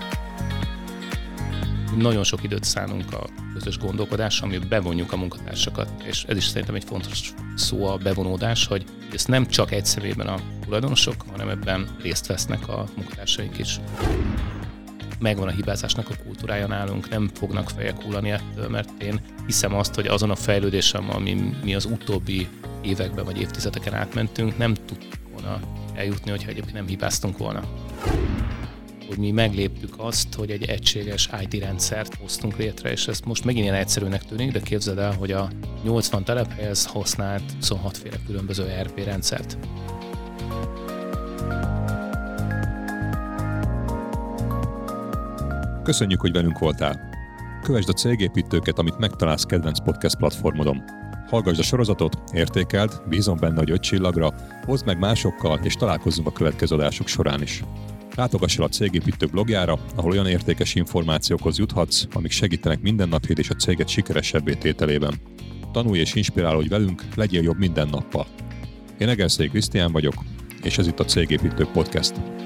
Nagyon sok időt szánunk a közös gondolkodásra, amiben bevonjuk a munkatársakat, és ez is szerintem egy fontos szó, a bevonódás, hogy ezt nem csak egy személyben a tulajdonosok, hanem ebben részt vesznek a munkatársaink is. Megvan a hibázásnak a kultúrája nálunk, nem fognak fejek hullani ettől, mert én hiszem azt, hogy azon a fejlődésem, ami mi az utóbbi években vagy évtizedeken átmentünk, nem tudtuk volna eljutni, hogyha egyébként nem hibáztunk volna. Hogy mi megléptük azt, hogy egy egységes i té rendszert hoztunk létre, és ez most megint ilyen egyszerűnek tűnik, de képzeld el, hogy a nyolcvan telephelyhez használt huszonhat féle különböző é er pé rendszert. Köszönjük, hogy velünk voltál! Kövesd a Cégépítőket, amit megtalálsz kedvenc podcast platformodon. Hallgassd a sorozatot, értékeld, bízom benne, hogy öt csillagra, hozd meg másokkal, és találkozzunk a következő adások során is. Látogass el a Cégépítő blogjára, ahol olyan értékes információkhoz juthatsz, amik segítenek mindennapjét és a céget sikeresebbé tételében. Tanulj és inspirálódj velünk, legyél jobb minden nappal. Én Egerszegi Krisztián vagyok, és ez itt a Cégépítő Podcast.